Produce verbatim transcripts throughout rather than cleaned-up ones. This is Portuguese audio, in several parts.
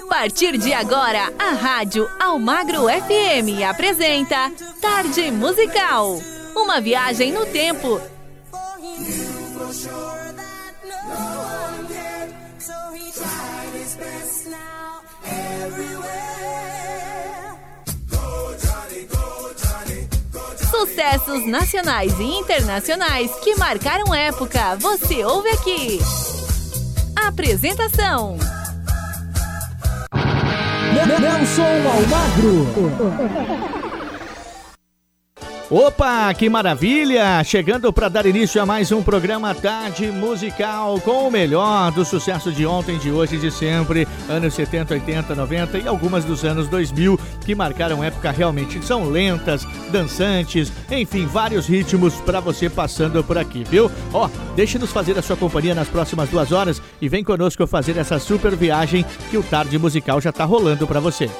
partir de agora, a Rádio Almagro F M apresenta Tarde Musical. Uma viagem no tempo. Sucessos nacionais e internacionais que marcaram época. Você ouve aqui. Apresentação: Nelson Almagro. Opa, que maravilha! Chegando para dar início a mais um programa Tarde Musical com o melhor do sucesso de ontem, de hoje e de sempre, anos setenta, oitenta, noventa e algumas dos anos dois mil, que marcaram época realmente. São lentas, dançantes, enfim, vários ritmos para você passando por aqui, viu? Ó, deixe-nos fazer a sua companhia nas próximas duas horas e vem conosco fazer essa super viagem que o Tarde Musical já tá rolando para você.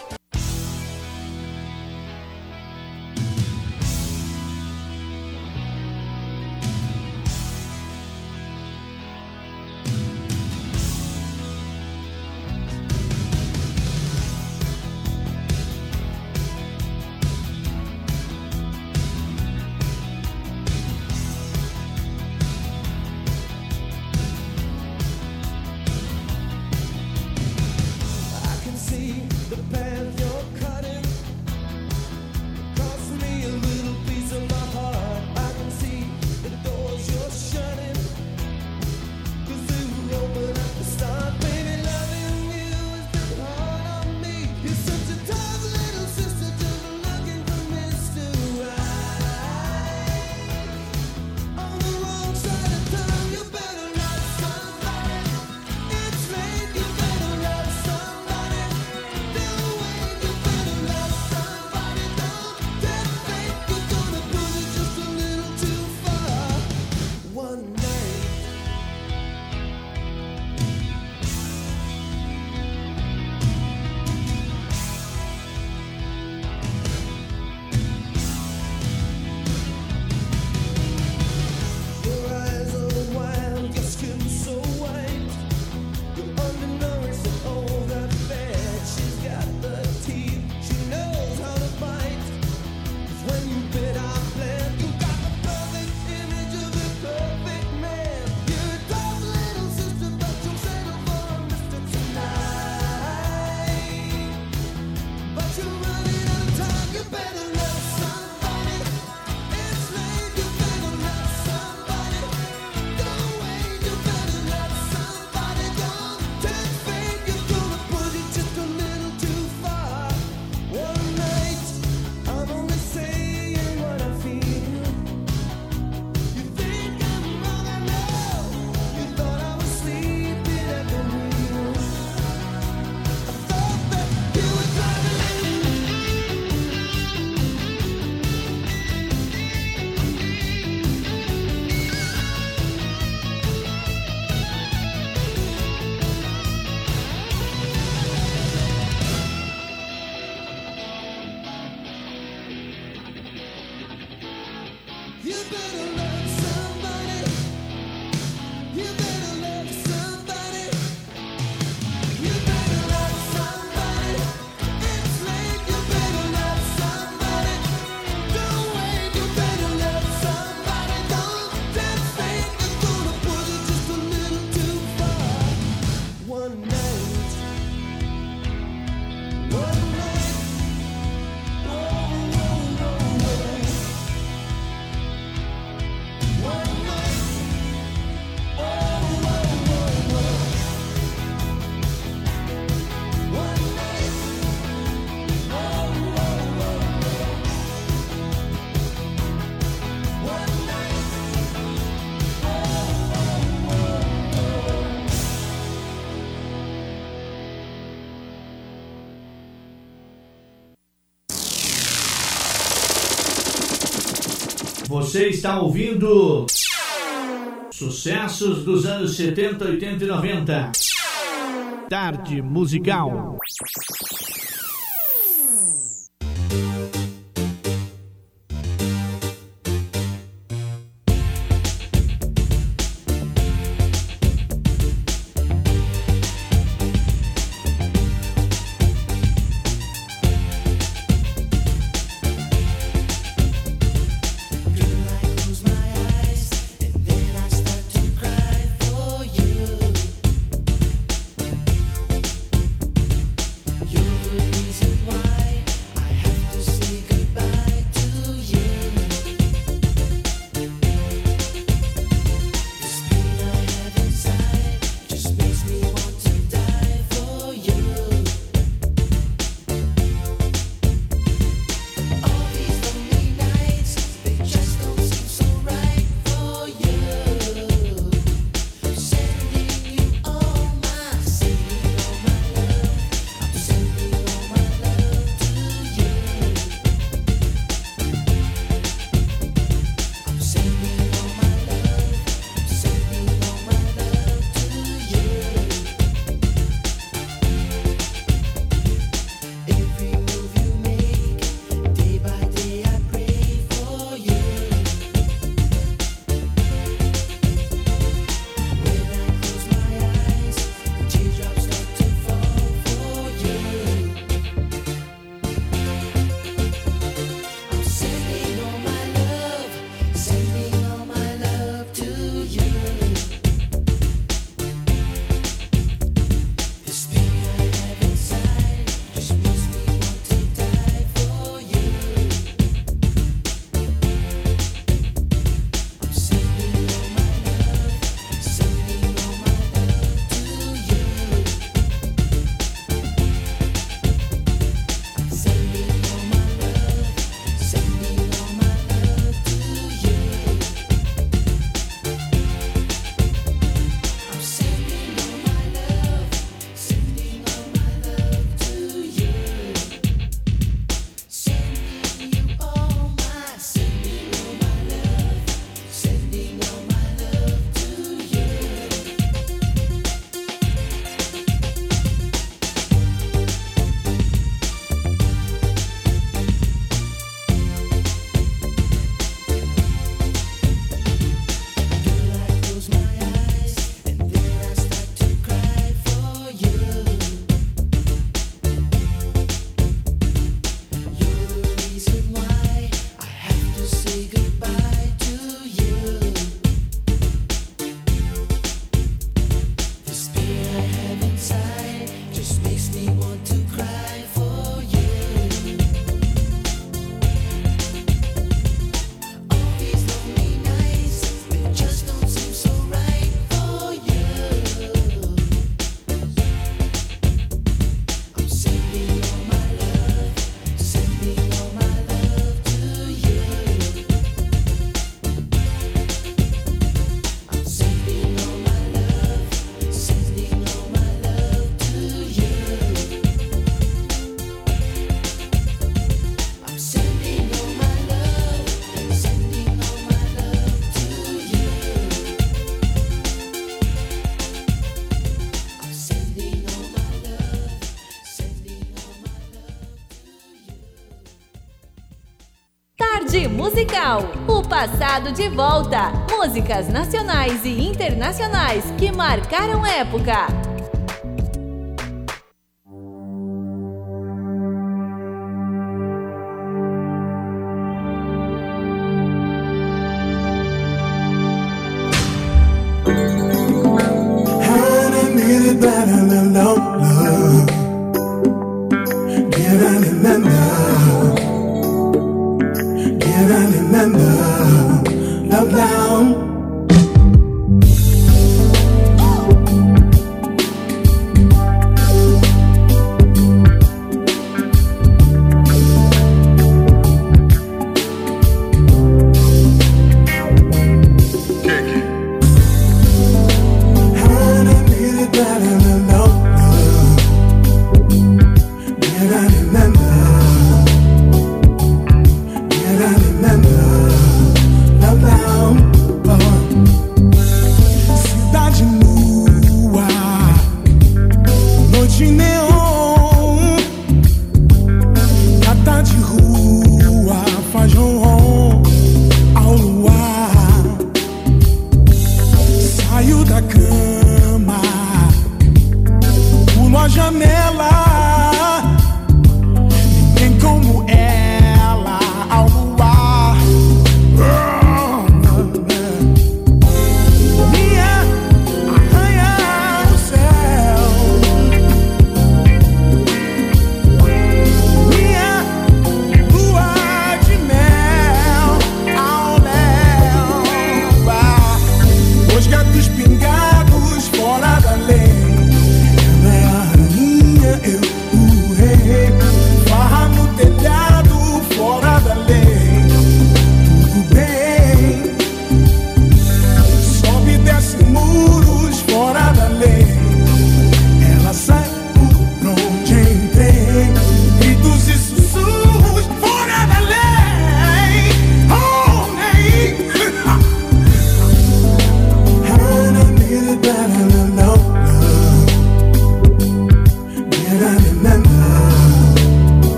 Você está ouvindo sucessos dos anos setenta, oitenta e noventa. Tarde Musical. Musical, o passado de volta. Músicas nacionais e internacionais que marcaram época.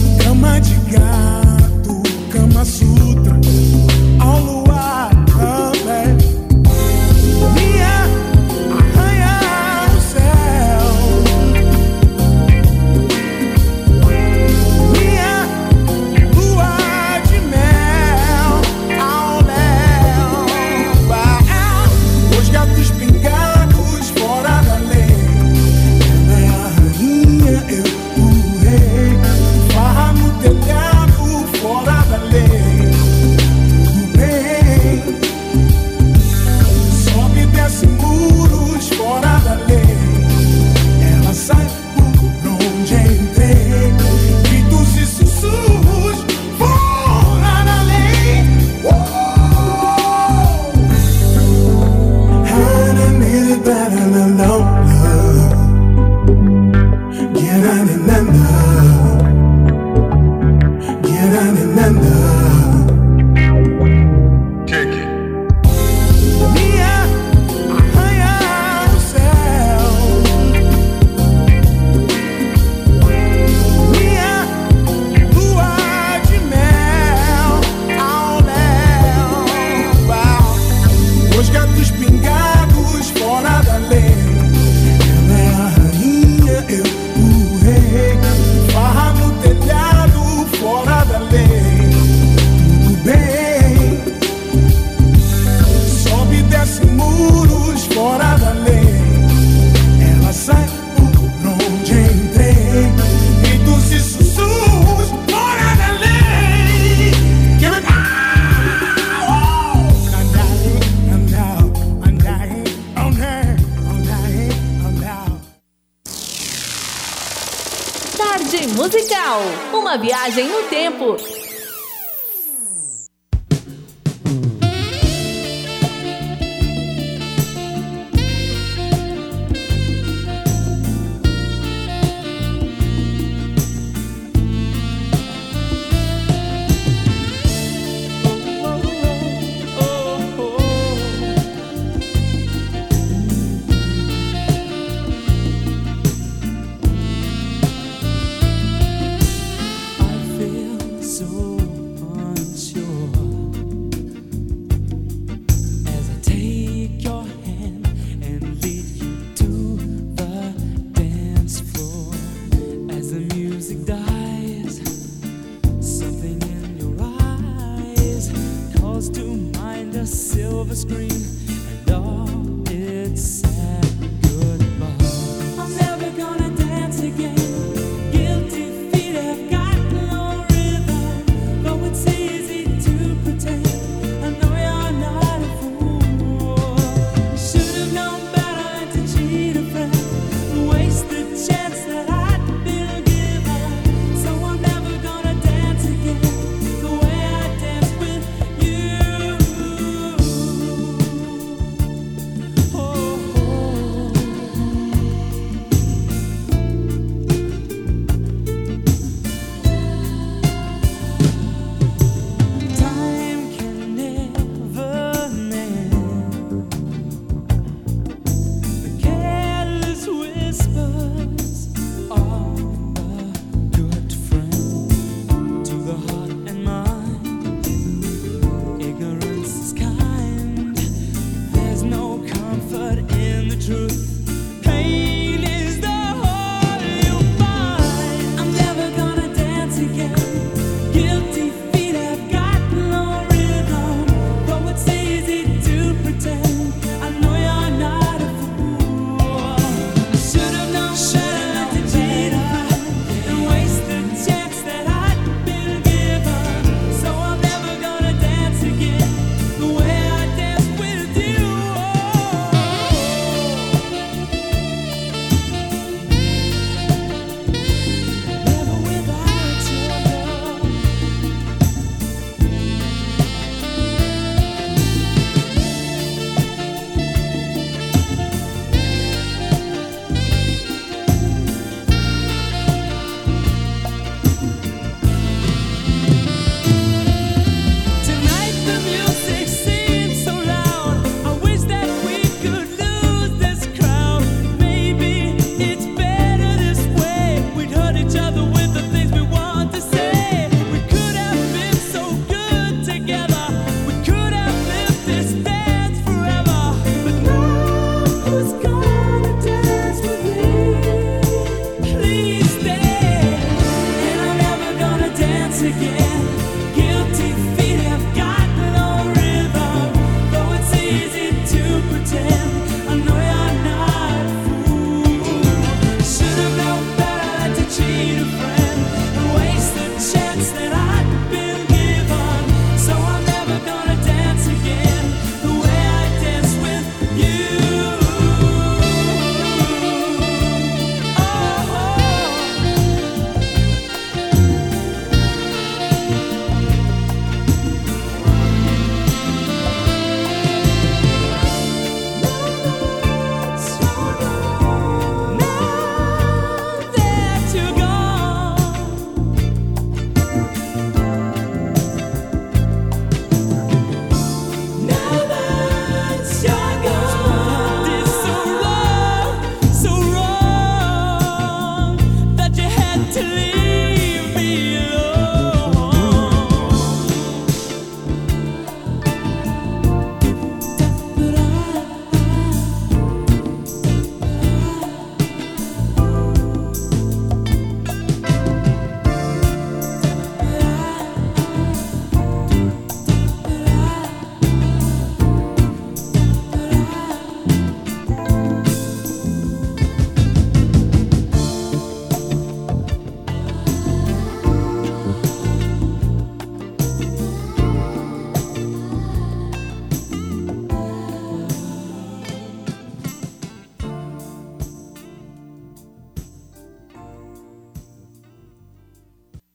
Sutra ao luar. musical. Uma viagem no tempo. You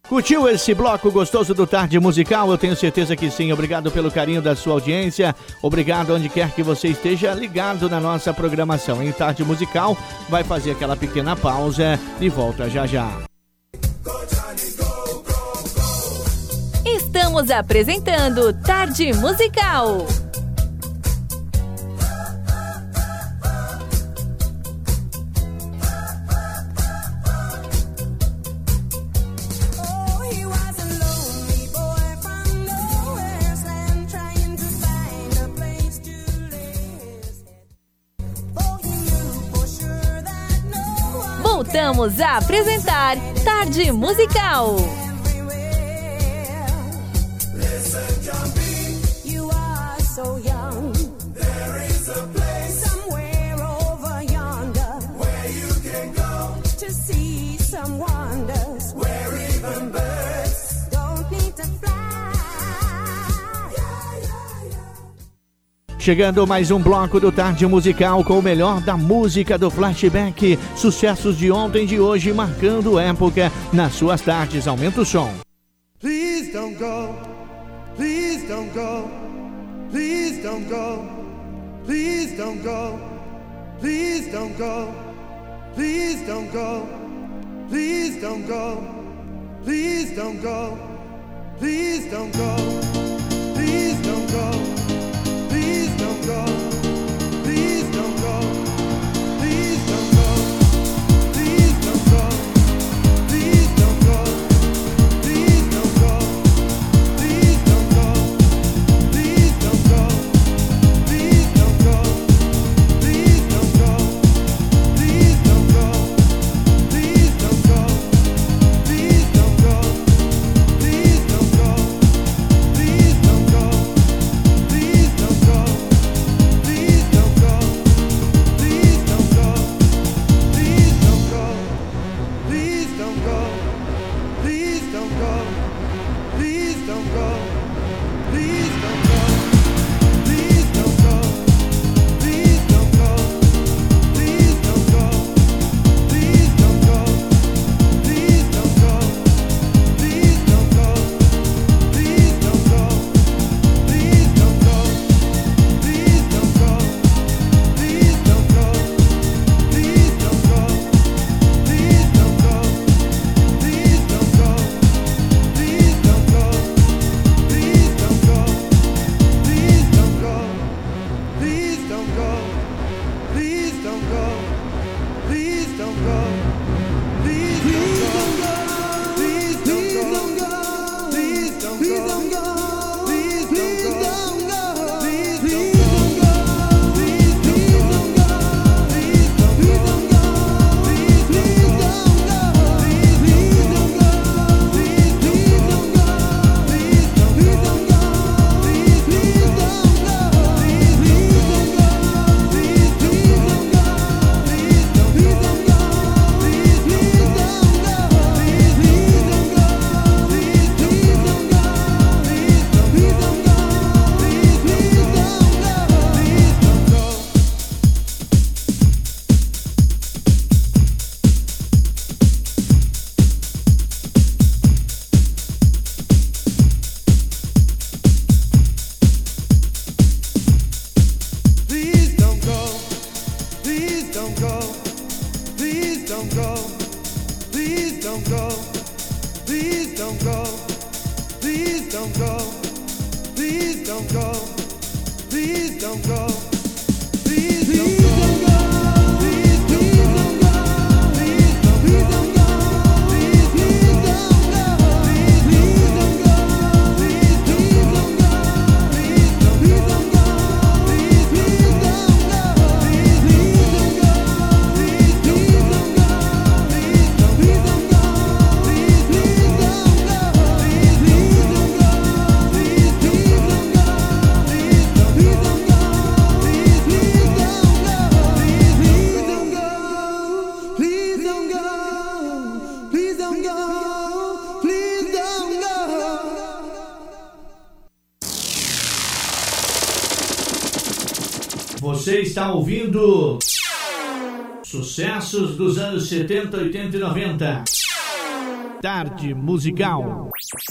Curtiu esse bloco gostoso do Tarde Musical? Eu tenho certeza que sim. Obrigado pelo carinho da sua audiência. Obrigado onde quer que você esteja ligado na nossa programação. Em Tarde Musical, vai fazer aquela pequena pausa e volta já já. Estamos apresentando Tarde Musical. Voltamos a apresentar Tarde Musical. Chegando mais um bloco do Tarde Musical com o melhor da música do flashback. Sucessos de ontem e de hoje marcando época nas suas tardes. Aumenta o som. Please don't go, please don't go, please don't go, please don't go, please don't go, please don't go, please don't go, please don't go, please don't go, please don't go. Please don't go, please don't go, please don't go, please don't go, please don't go, please don't go, please don't go, please don't go, please don't go, please don't go, please don't go, please don't go, please don't go, please don't go, please don't go. Você está ouvindo sucessos dos anos setenta, oitenta e noventa. Tarde Musical.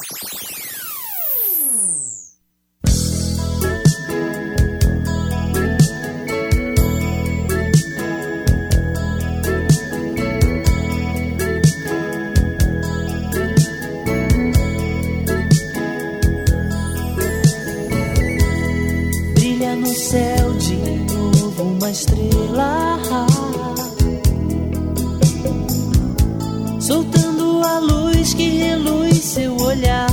Brilha no céu de novo uma estrela, soltando a luz que reluz seu olhar.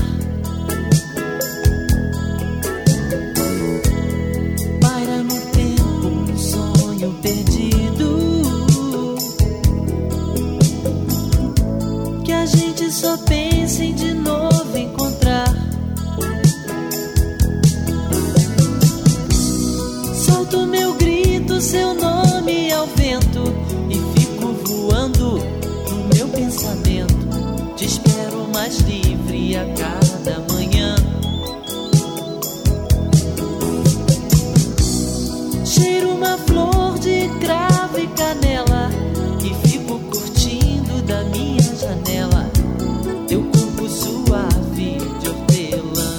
Paira no tempo um sonho perdido, que a gente só pensa em de novo encontrar. Solto meu grito, seu nome ao vento, e fico voando no meu pensamento. Te espero mais livre a cada manhã. Cheiro uma flor de cravo e canela, e fico curtindo da minha janela teu corpo suave de hortelã.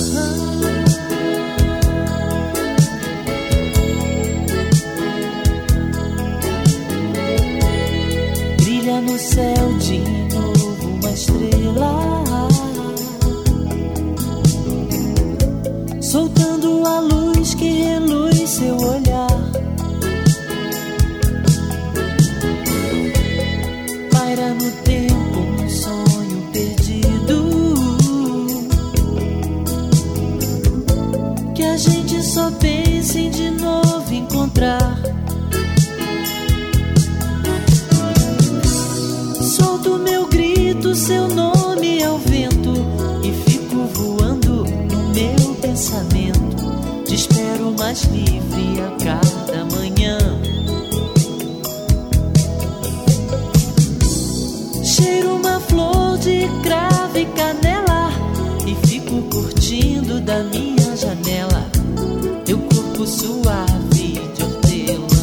Brilha no céu de novo uma estrela, soltando a luz que reluz seu olhar. Paira no tempo um sonho perdido, que a gente só pensa em de novo encontrar. Solto meu grito, seu nome ao vento, e fico voando no meu pensamento. Te espero mais livre a cada manhã. Cheiro uma flor de cravo e canela, e fico curtindo da minha janela teu corpo suave de hortelã.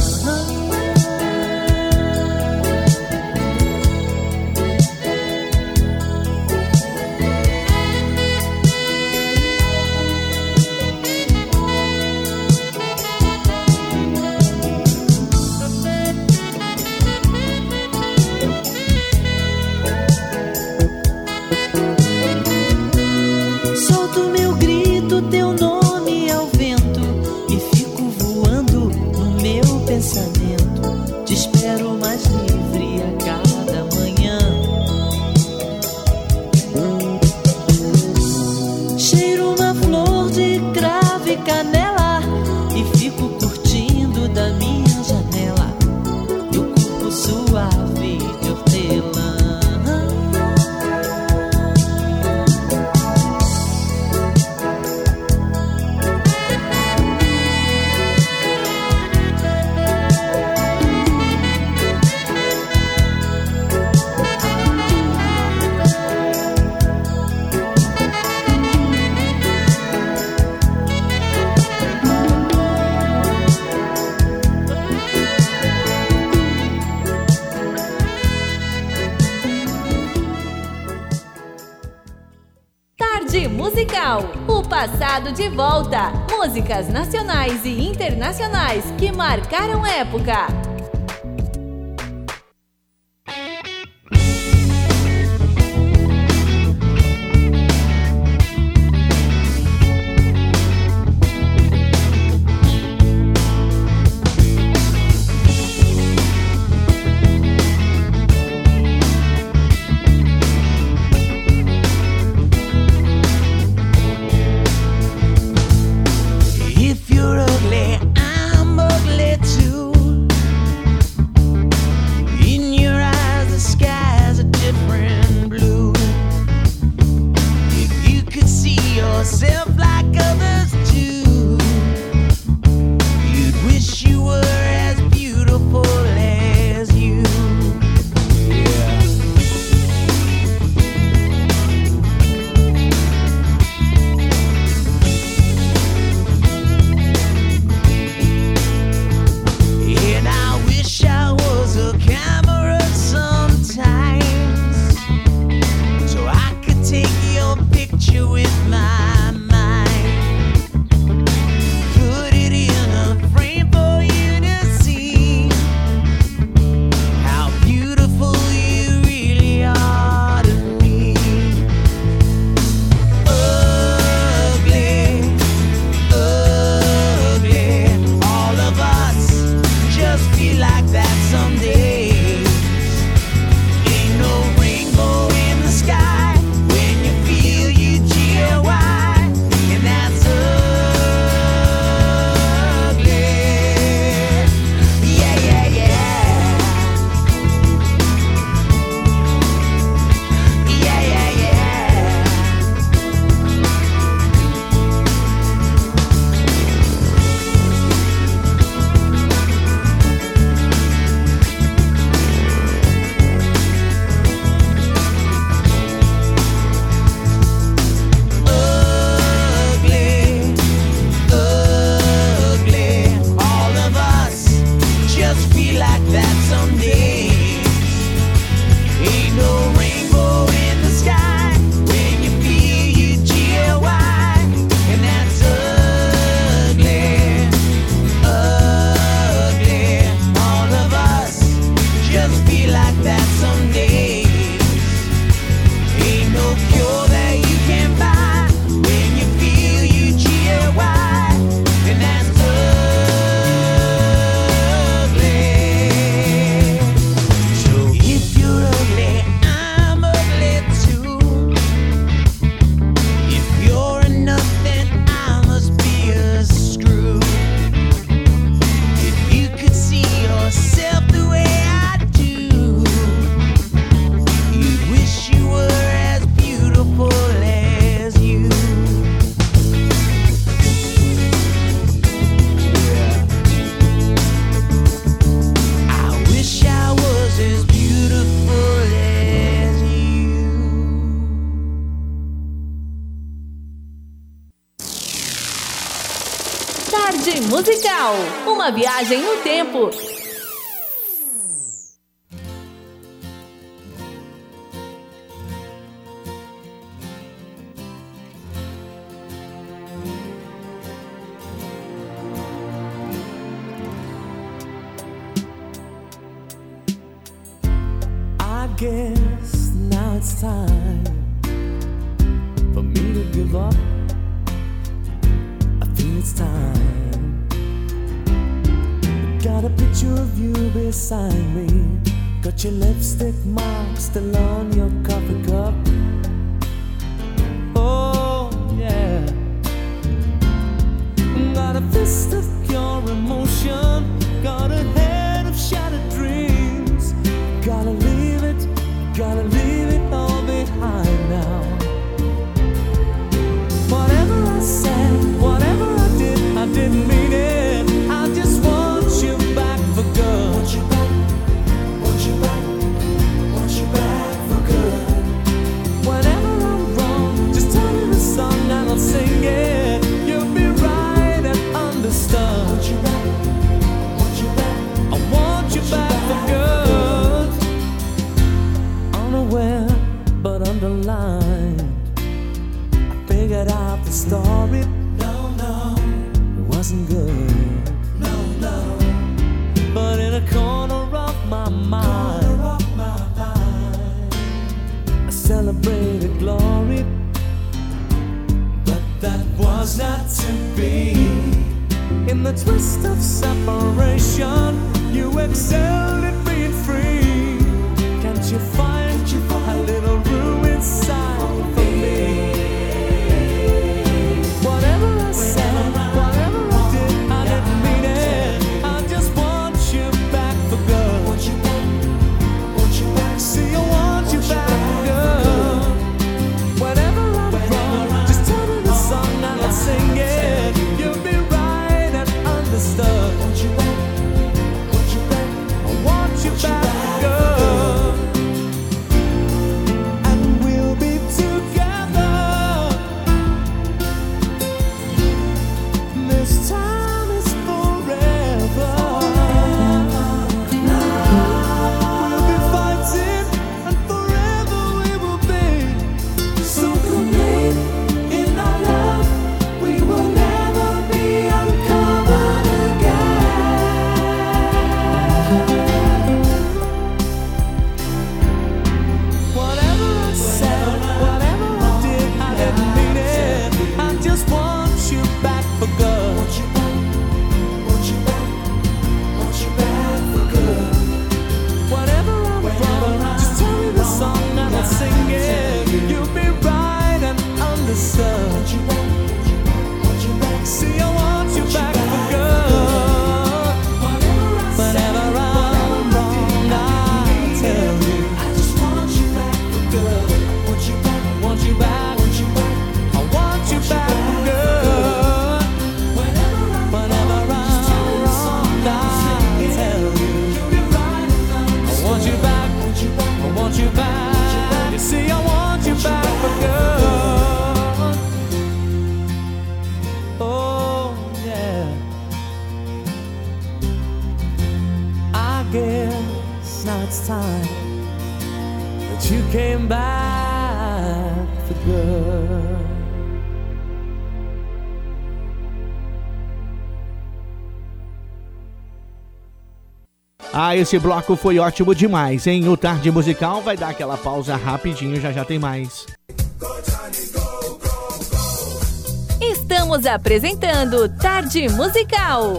Solto meu grito, teu nome ao vento, e fico voando no meu pensamento. Te espero mais livre a cada manhã. Cheiro uma flor de cravo e canela, e fico curtindo da minha janela teu corpo suave de hortelã. Tarde Musical, o passado de volta. Músicas nacionais e internacionais que marcaram época. If you're ugly, I'm ugly too. Tarde Musical, uma viagem no tempo. I guess now it's time for me to give up. I feel it's time. Got a picture of you beside me. Got your lipstick mark still on your coffee cup. Oh yeah. Got a fist of pure emotion. Got a head of shattered dreams. Gotta leave it, gotta leave it all behind now. Whatever I said, whatever I did, I didn't mean it. I just want you back for good. Want you back, want you back, want you back for good. Whenever I'm wrong, just tell me the song and I'll sing it. You'll be right and understood. Want you back, want you back, I want you back for good. Unaware but underlined, I figured out the story. No, no, it wasn't good. No, no, but in a corner of my mind, corner of my mind, I celebrated glory, but that was not to be. In the twist of separation, you excelled at being free. Can't you find a little room inside for me? Whatever I said, whatever I did, I didn't mean it. I just want you back for good. Want you back, want you back. See, I want you back for good. Whenever I'm wrong, just tell me the song and I'll sing it. You'll be right and understood. Want you back, want you back. I want you back for good. Ah, esse bloco foi ótimo demais, hein? O Tarde Musical vai dar aquela pausa rapidinho, já já tem mais. Estamos apresentando Tarde Musical.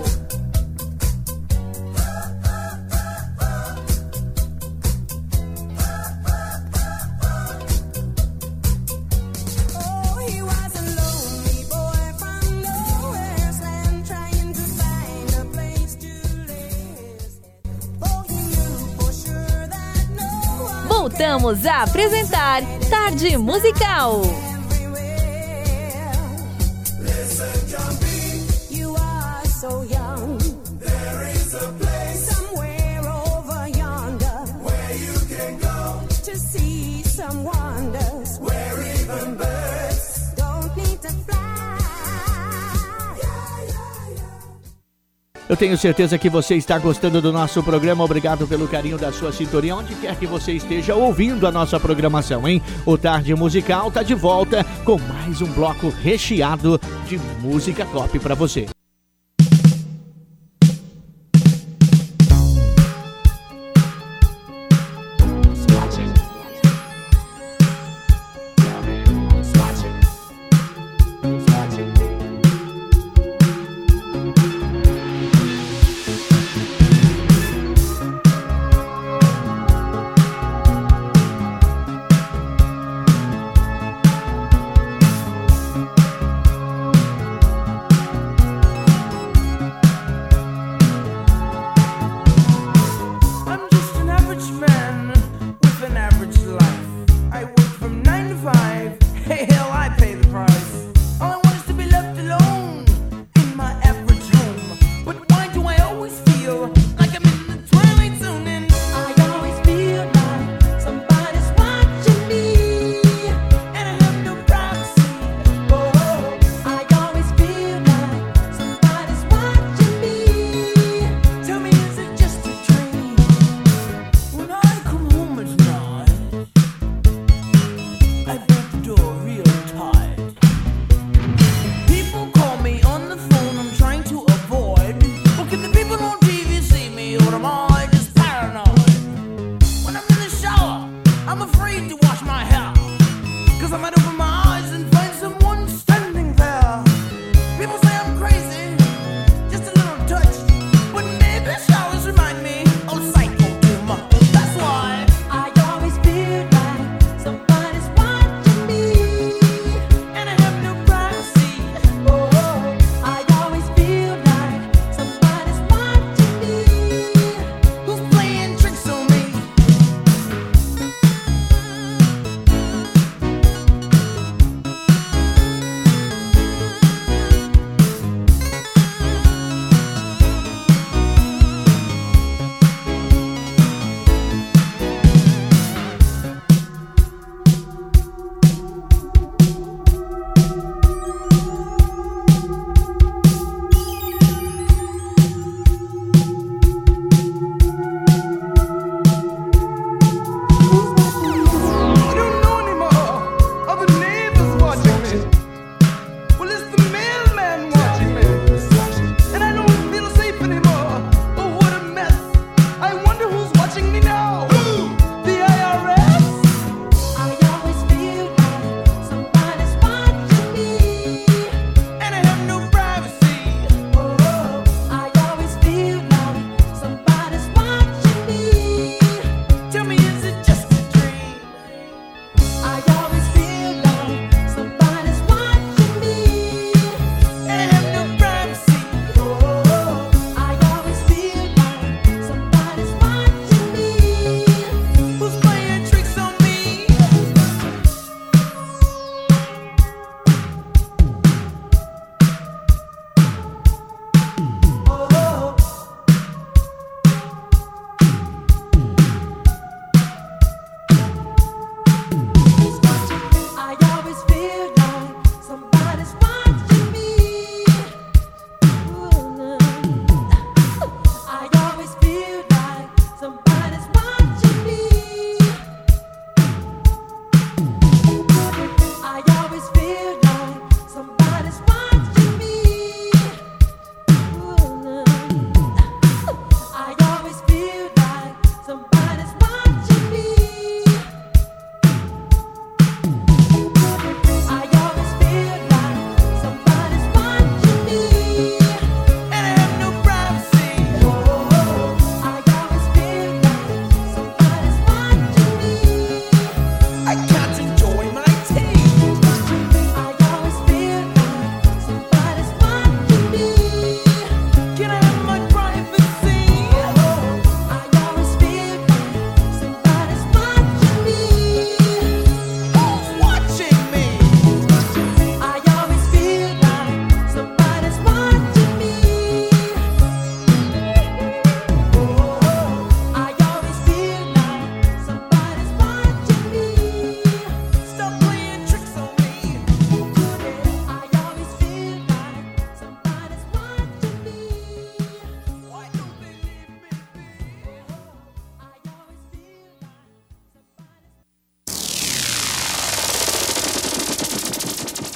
Voltamos a apresentar Tarde Musical. Eu tenho certeza que você está gostando do nosso programa. Obrigado pelo carinho da sua sintonia, onde quer que você esteja ouvindo a nossa programação, hein? O Tarde Musical tá de volta com mais um bloco recheado de música top para você.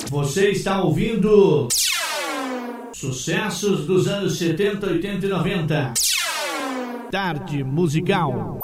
Você está ouvindo sucessos dos anos setenta, oitenta e noventa. Tarde Musical.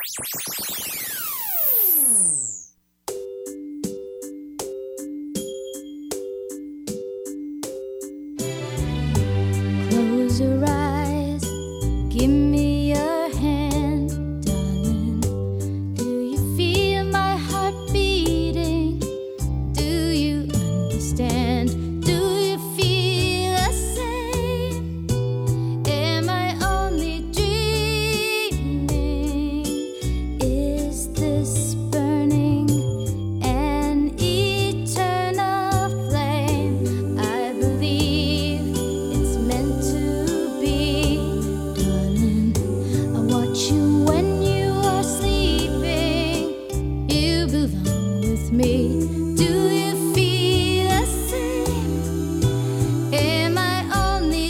Close your eyes, give me your hand, darling. Do you feel my heart beating? Do you understand? Do you feel the same? Am I only dreaming? Is this burning an eternal flame? I believe it's meant to be, darling. I watch you when you are sleeping. You belong with me. Do you feel the same? Am I only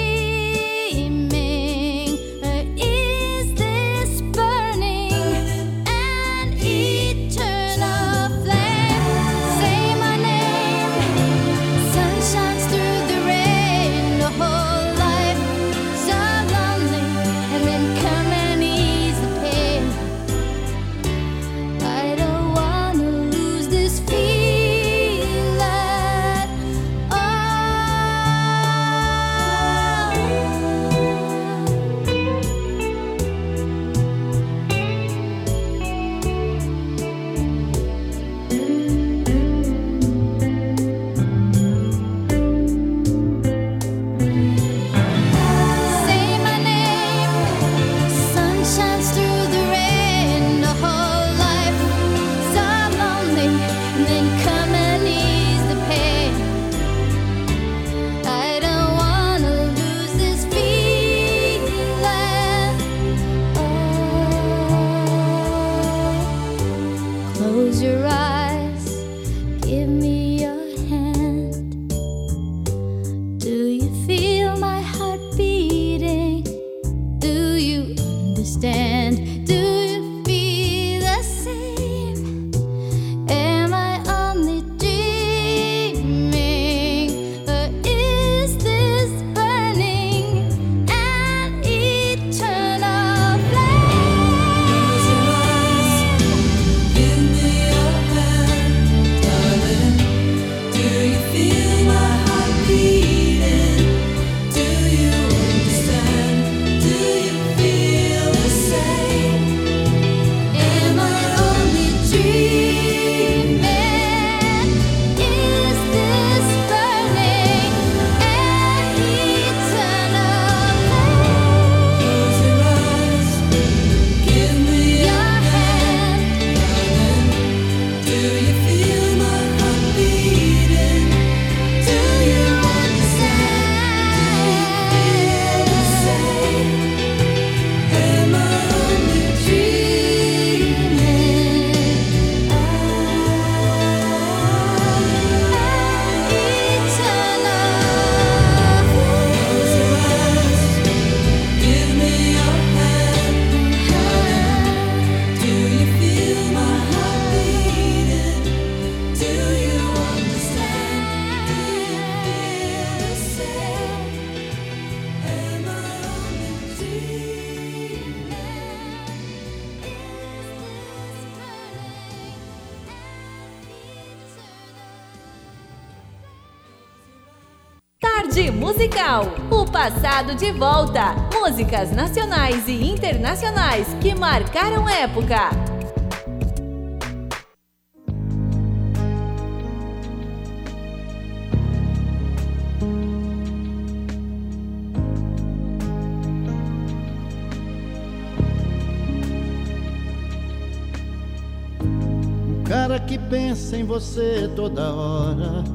dreaming? Or is this burning an eternal flame? Say my name. Sun shines through the rain. The whole life so lonely, and then come and ease the pain. I don't wanna lose this feeling. Oh. Say my name. Sun shines through the rain. The whole life so lonely, and then come and ease the pain. I don't wanna lose this feeling. Oh. Close your eyes, give me your hand. Do you feel my heart beating? Do you understand? Do you feel the same? Am I only dreaming? Or is this burning an eternal flame? Give me your hand, darling. Do you feel my heart beating? Do you understand? Do you feel the same? Am I only dreaming? Is this burning an eternal flame? Close your eyes, give me your hand, darling. Do you feel my heart beating? Do you understand? Do you feel the same? Am I only dreaming? Ah, an eternal flame. Close your eyes, give me your hand, darling. Do you feel my heart beating? Do you understand? Do you feel the same? Am I only dreaming? Is Tarde Musical. O passado de volta. Músicas nacionais e internacionais que marcaram época. O cara que pensa em você toda hora,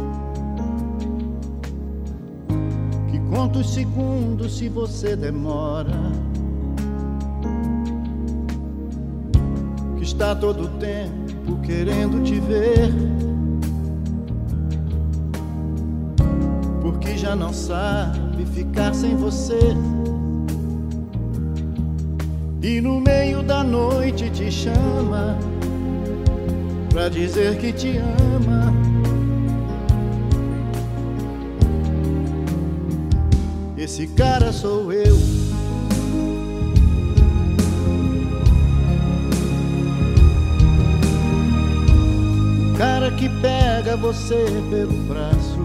que conta os segundos se você demora, que está todo o tempo querendo te ver, porque já não sabe ficar sem você. E no meio da noite te chama pra dizer que te ama, Esse cara sou eu. O cara que pega você pelo braço,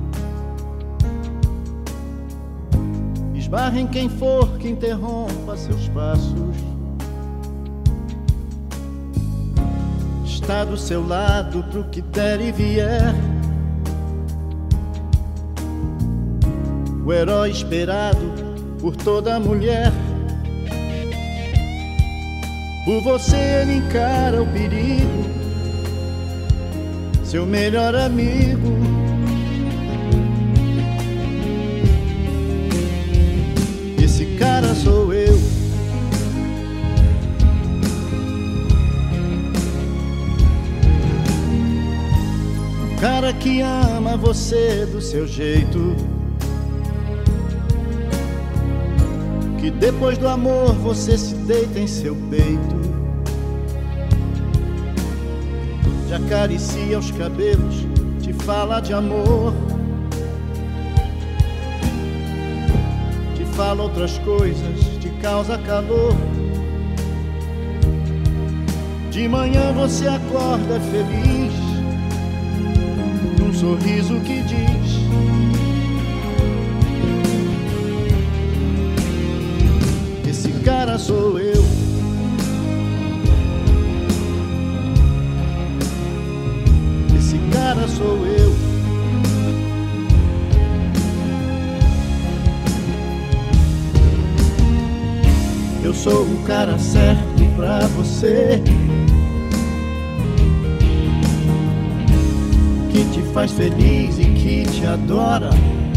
esbarra em quem for que interrompa seus passos, está do seu lado pro que der e vier, o herói esperado por toda mulher. Por você ele encara o perigo, seu melhor amigo. Esse cara sou eu. O cara que ama você do seu jeito, que depois do amor você se deita em seu peito, te acaricia os cabelos, te fala de amor, te fala outras coisas, te causa calor. De manhã você acorda feliz, num sorriso que diz: esse cara sou eu. Esse cara sou eu. Eu sou o cara certo pra você, que te faz feliz e que te adora,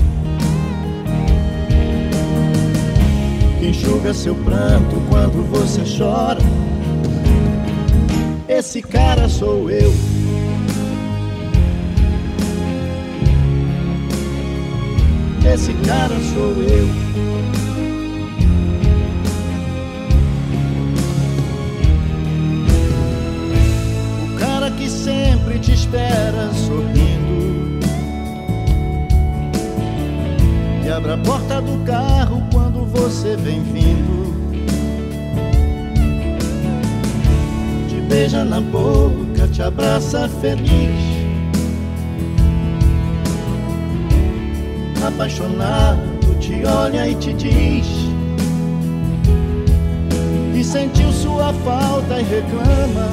que enxuga seu pranto quando você chora. Esse cara sou eu. Esse cara sou eu. O cara que sempre te espera sorrindo, que abre a porta do carro quando você vem vindo, te beija na boca, te abraça feliz, apaixonado, te olha e te diz que sentiu sua falta e reclama.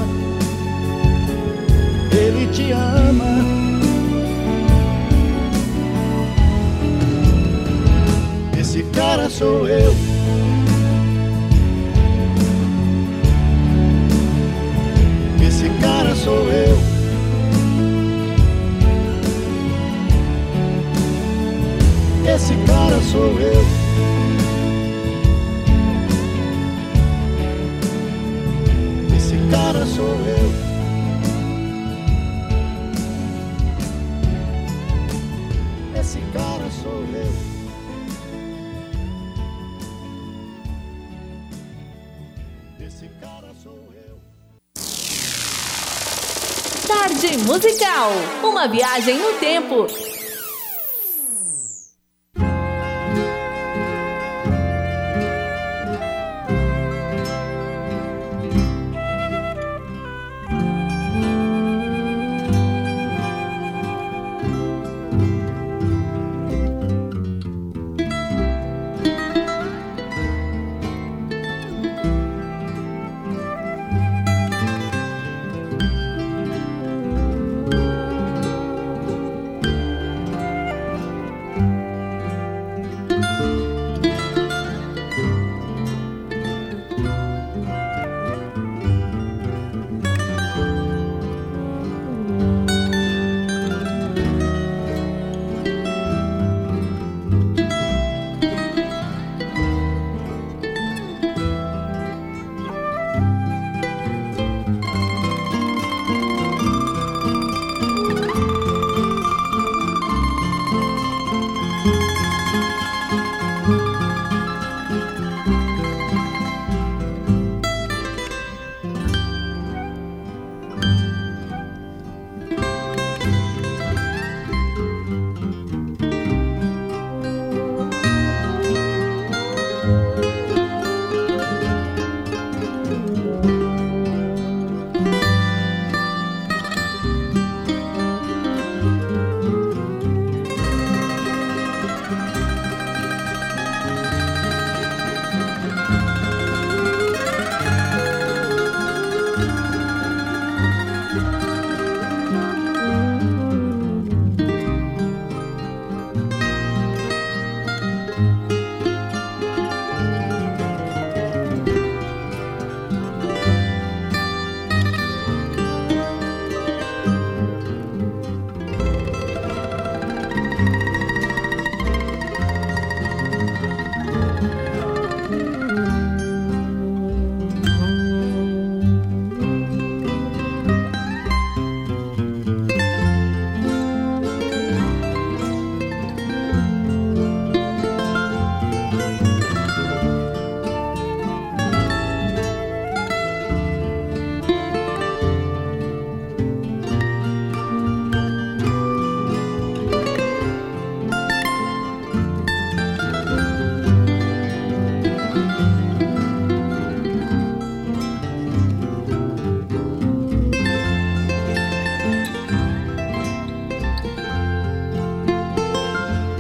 Ele te ama. Esse cara sou eu. Esse cara sou eu. Esse cara sou eu. Esse cara sou eu. Esse cara sou eu. Esse cara sou eu. Tarde Musical, uma viagem no tempo.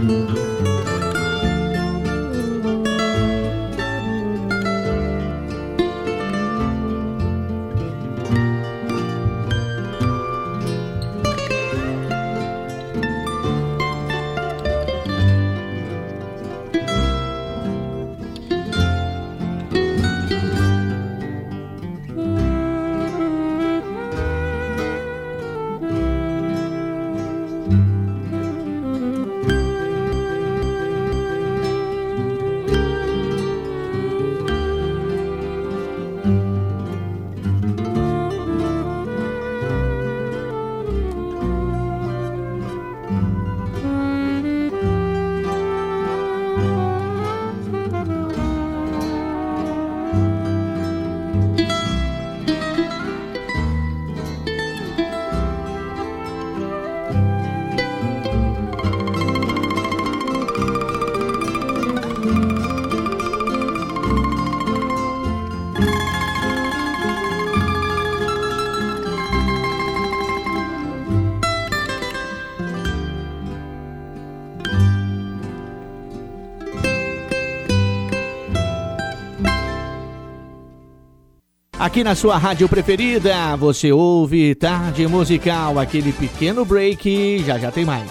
Aqui na sua rádio preferida, você ouve Tarde Musical, aquele pequeno break, já já tem mais.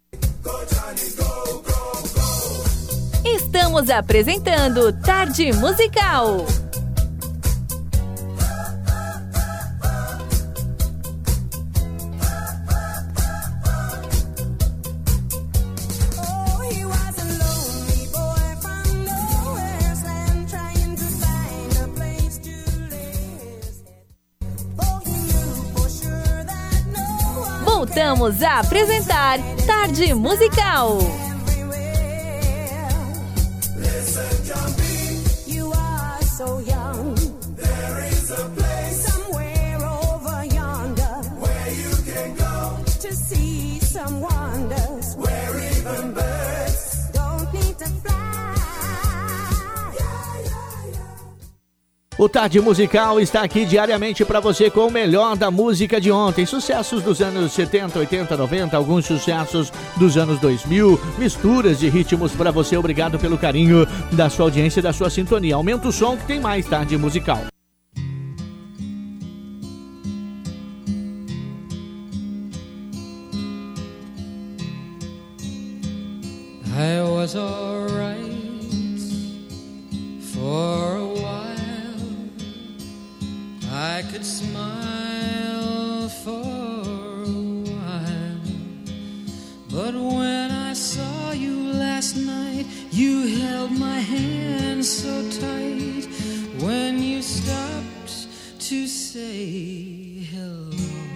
Estamos apresentando Tarde Musical. Voltamos a apresentar Tarde Musical. O Tarde Musical está aqui diariamente para você com o melhor da música de ontem. Sucessos dos anos setenta, oitenta, noventa, alguns sucessos dos anos dois mil, misturas de ritmos para você. Obrigado pelo carinho da sua audiência e da sua sintonia. Aumenta o som que tem mais Tarde Musical. I was alright for a while. I could smile for a while, but when I saw you last night, you held my hand so tight. When you stopped to say hello,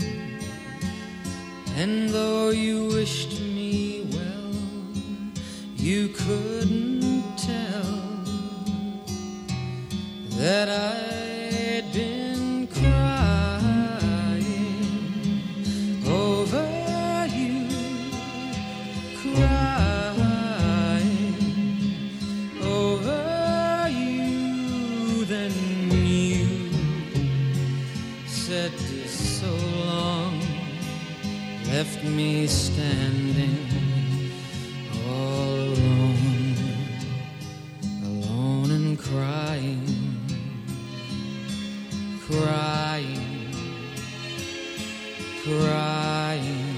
and though you wished me well, you couldn't tell that I'd been crying over you, crying over you. Then you said so long, left me standing all alone, alone and crying, crying, crying,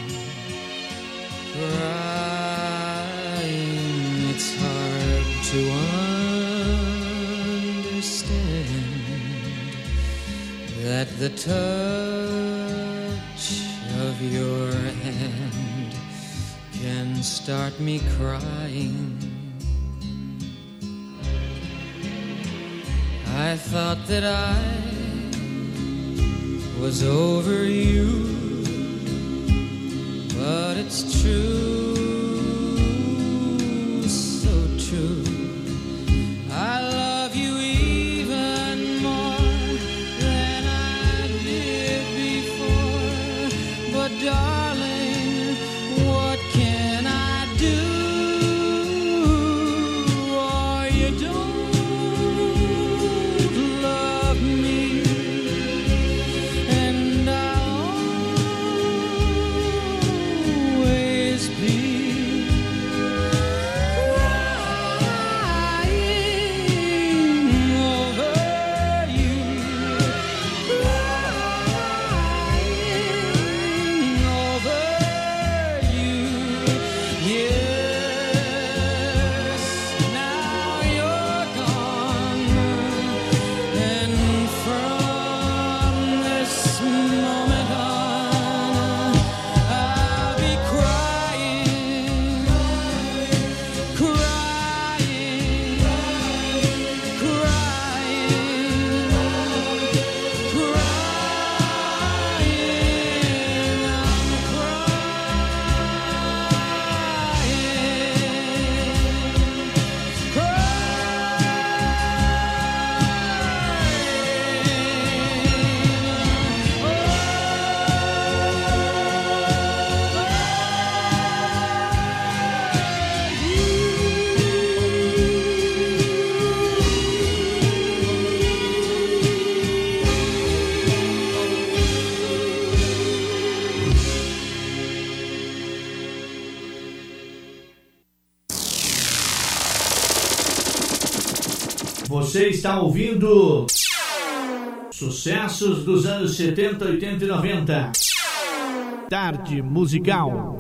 crying. It's hard to understand that the touch of your hand can start me crying. I thought that I was over you, but it's true, so true. I love you even more than I did before, but darling, what can I do? Oh, you don't love me, and I'll always Você está ouvindo sucessos dos anos setenta, oitenta e noventa. Tarde Musical.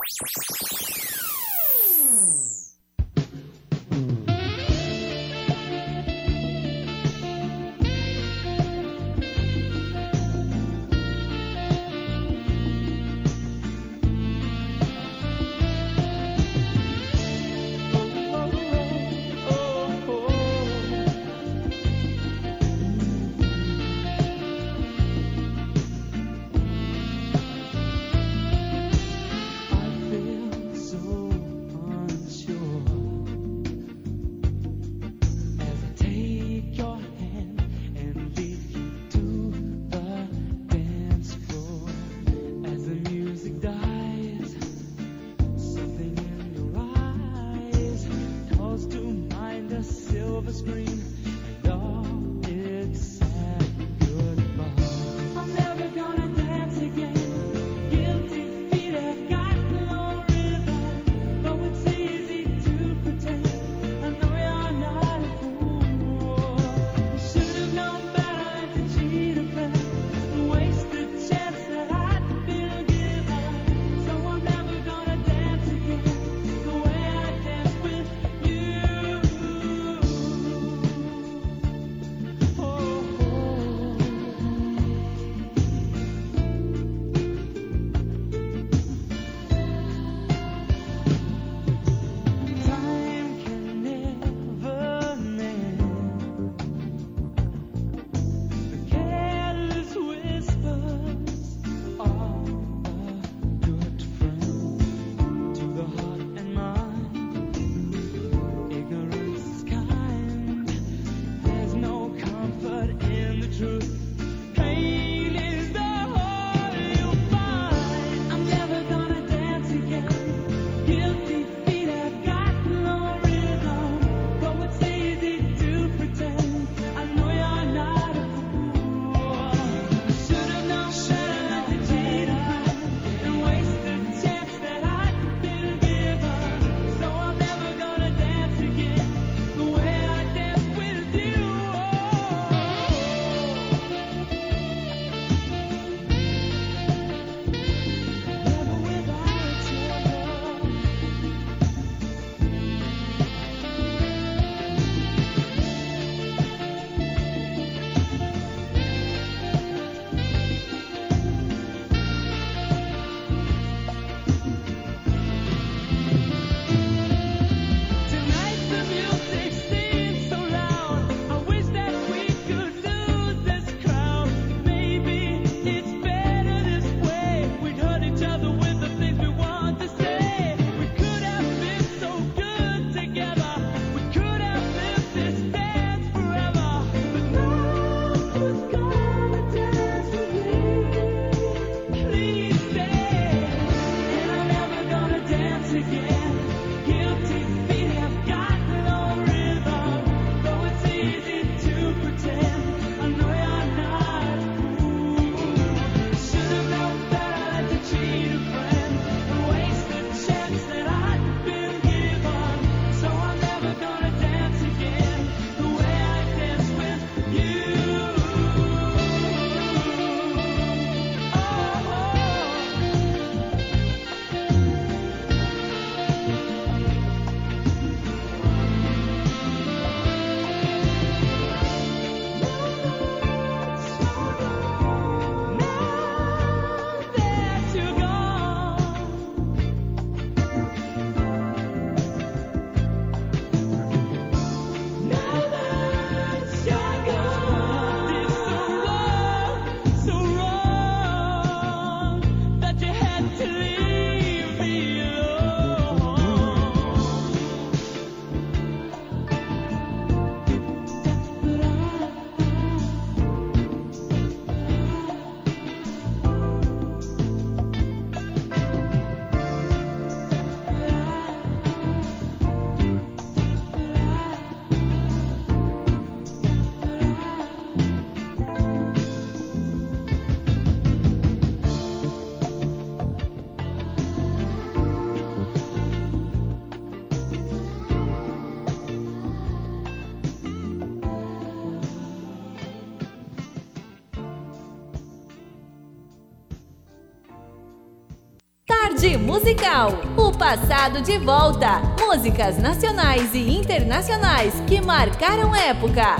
Tarde Musical. O passado de volta. Músicas nacionais e internacionais que marcaram época.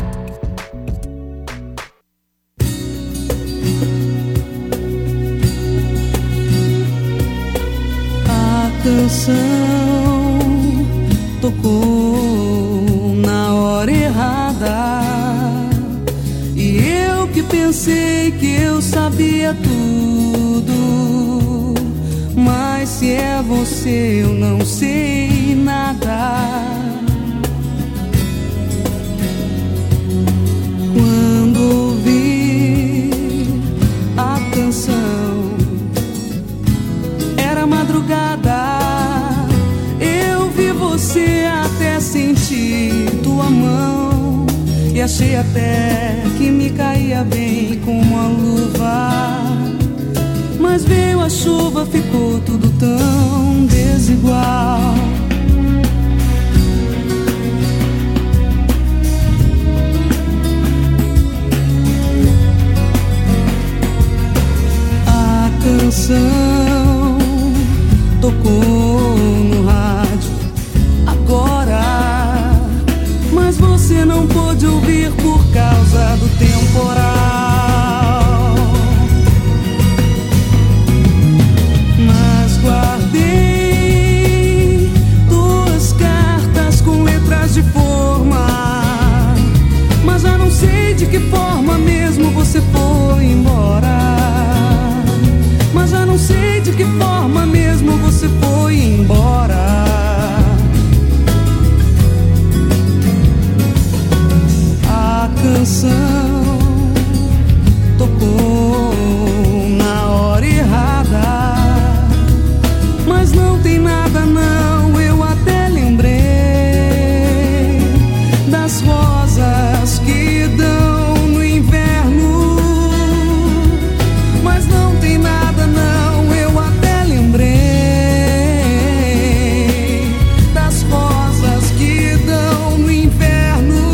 A canção tocou na hora errada e eu que pensei que eu sabia tudo, mas se é você eu não sei nada. Quando ouvi a canção, era madrugada, eu vi você até sentir tua mão e achei até que me caía bem como a luva. Mas veio a chuva, ficou tudo tão desigual. A canção tocou no rádio agora, mas você não pôde ouvir por causa do temporal. Mas guardei duas cartas com letras de forma, mas já não sei de que forma mesmo você foi embora. Mas já não sei de que forma mesmo você foi embora. A canção tocou na hora errada, mas não tem nada não, eu até lembrei das rosas que dão no inverno. Mas não tem nada não, eu até lembrei das rosas que dão no inverno.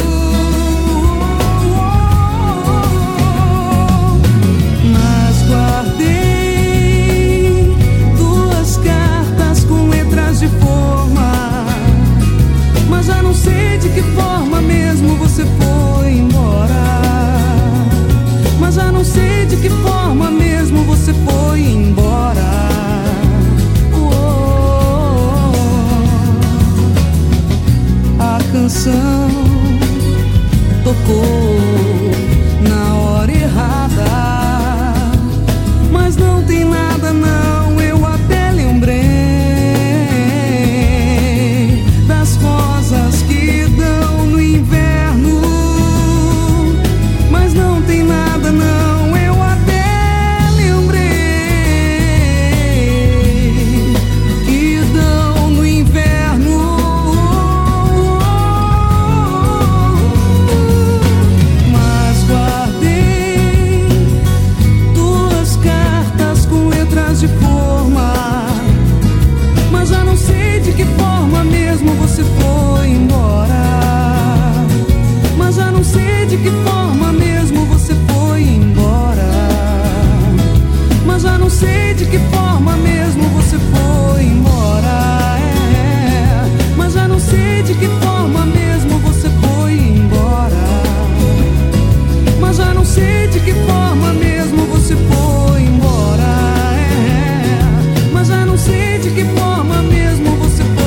Mas guardei duas cartas com letras de forma, mas já não sei de que forma mesmo você foi embora. Mas já não sei de que forma mesmo você foi embora. Oh, a canção tocou na hora errada, mas não tem nada não, eu até lembrei das rosas que dão no inverno. Mas não tem nada não, eu até lembrei que dão no inverno. Mas guardei duas cartas com letras de forma, mas já não sei de que forma mesmo você foi embora. Mas já não sei de que forma mesmo você foi embora. Mas já não sei de que forma mesmo você foi embora. É. Mas já não sei de que forma mesmo você foi embora. Mas já não sei de que forma mesmo você foi embora. É. Mas já não sei de que forma mesmo você foi.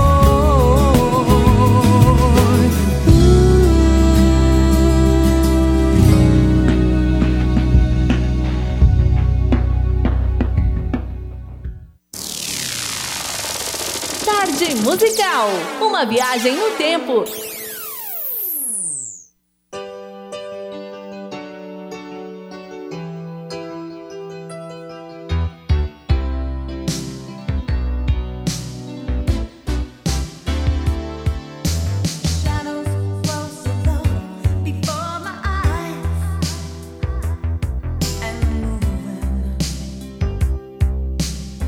Tarde Musical. Uma viagem no tempo. Shadows flow so low before my eyes, and moving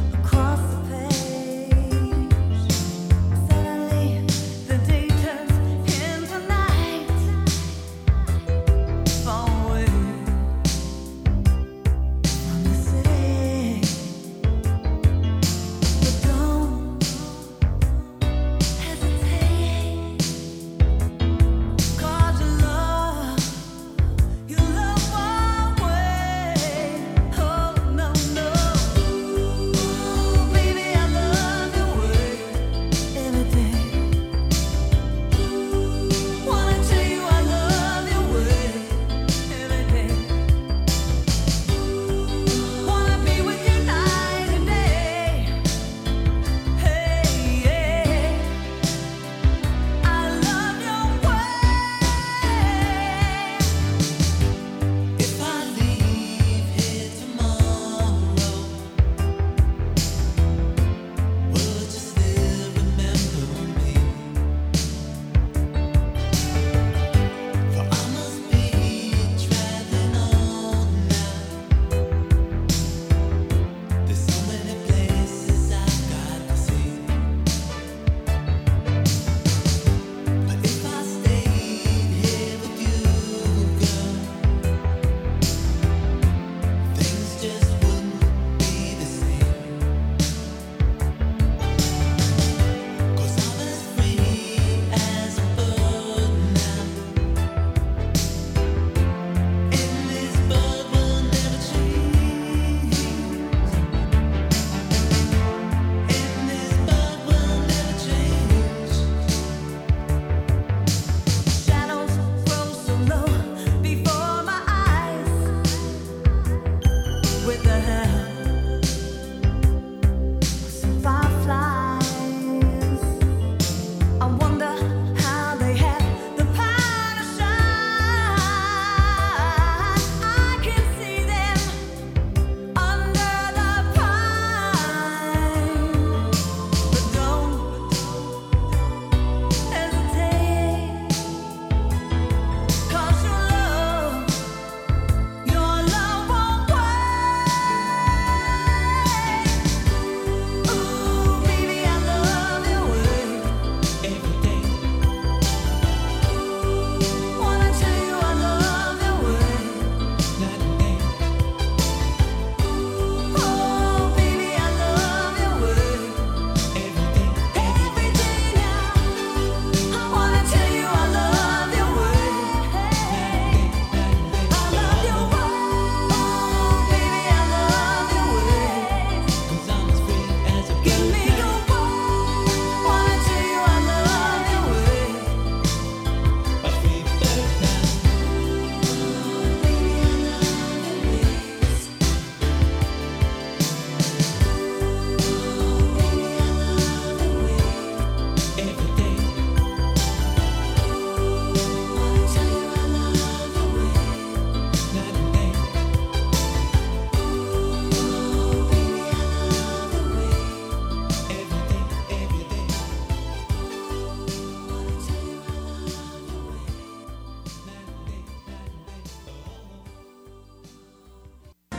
across the page. Suddenly the day turns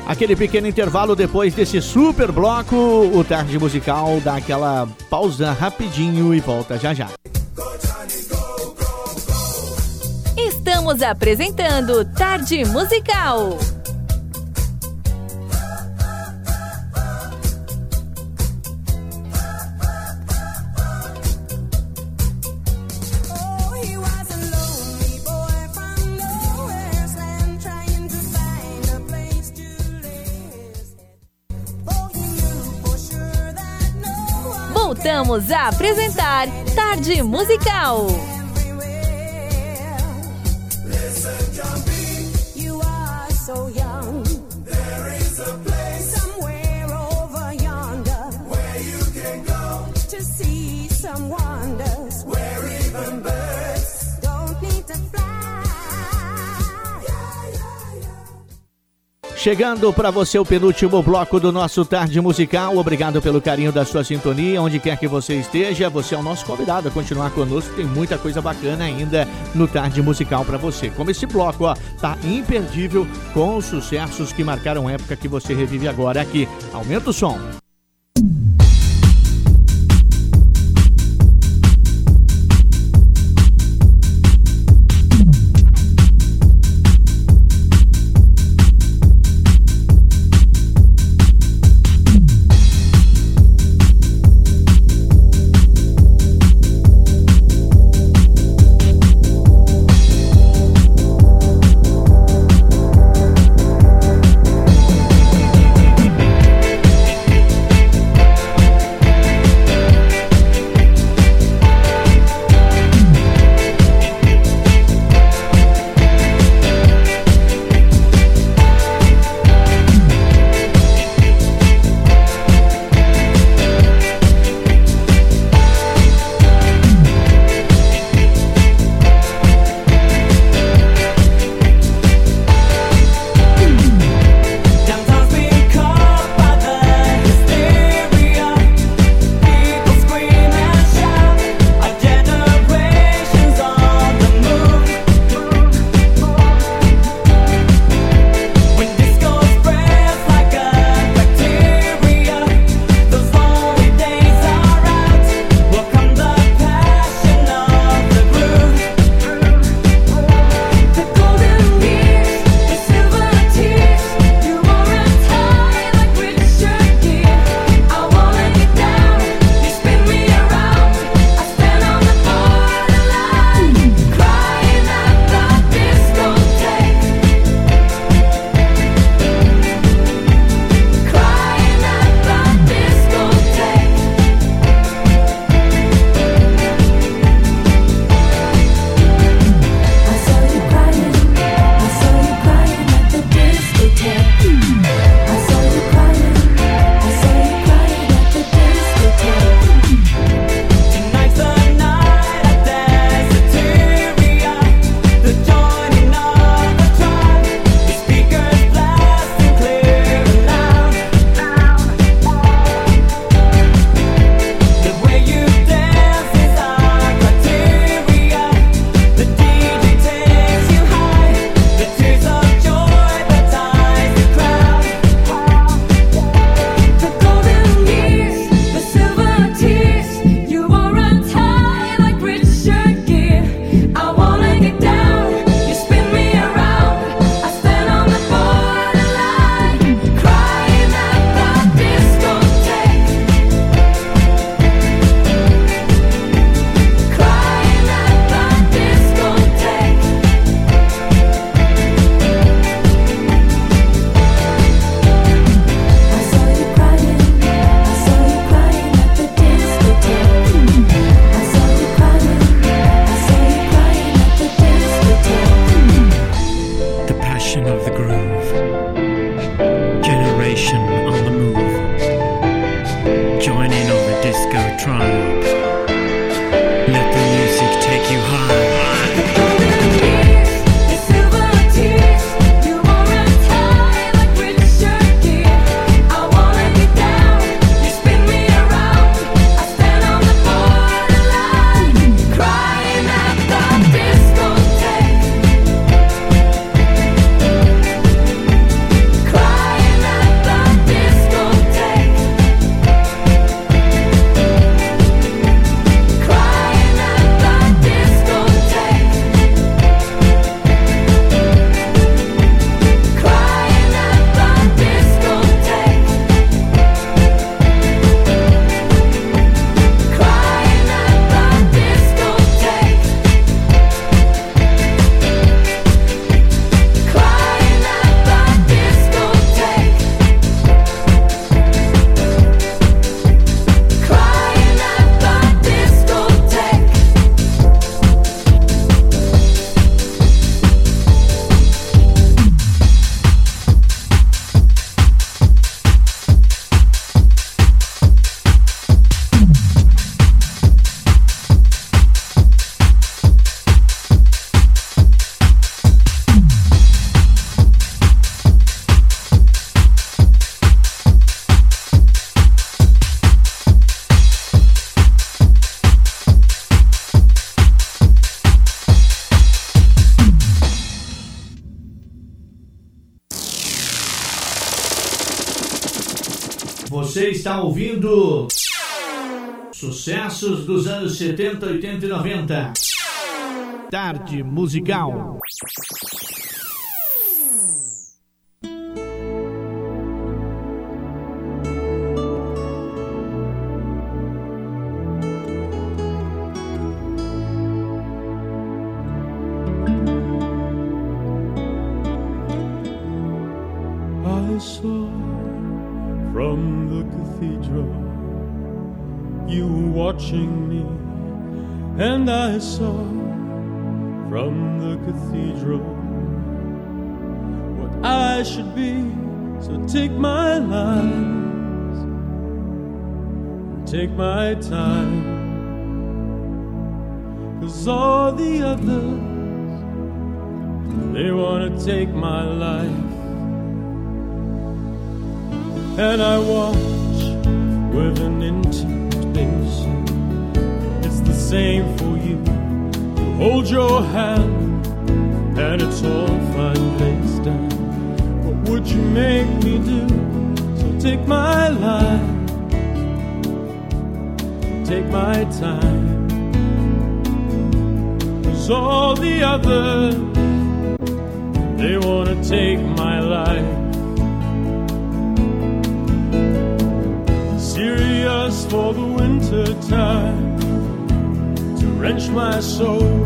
Aquele pequeno intervalo depois desse super bloco, o Tarde Musical dá aquela pausa rapidinho e volta já já. Estamos apresentando Tarde Musical. Voltamos a apresentar Tarde Musical. You are so young. There is a place somewhere over yonder where you can go to see some wonders where even birds don't need to fly. Chegando para você o penúltimo bloco do nosso Tarde Musical. Obrigado pelo carinho da sua sintonia, onde quer que você esteja. Você é o nosso convidado a continuar conosco. Tem muita coisa bacana ainda no Tarde Musical para você. Como esse bloco, ó, tá imperdível com os sucessos que marcaram época que você revive agora aqui. Aumenta o som. Você está ouvindo sucessos dos anos setenta, oitenta e noventa. Tarde Musical. I saw from the cathedral you watching me, and I saw from the cathedral what I should be. So take my lies and take my time, 'cause all the others, they wanna take my life. And I watch with an intimidation. It's the same for you. You hold your hand and it's all fine placed down. What would you make me do? So take my life, take my time, 'cause all the others, they wanna take my life. Serious for the winter time, to wrench my soul.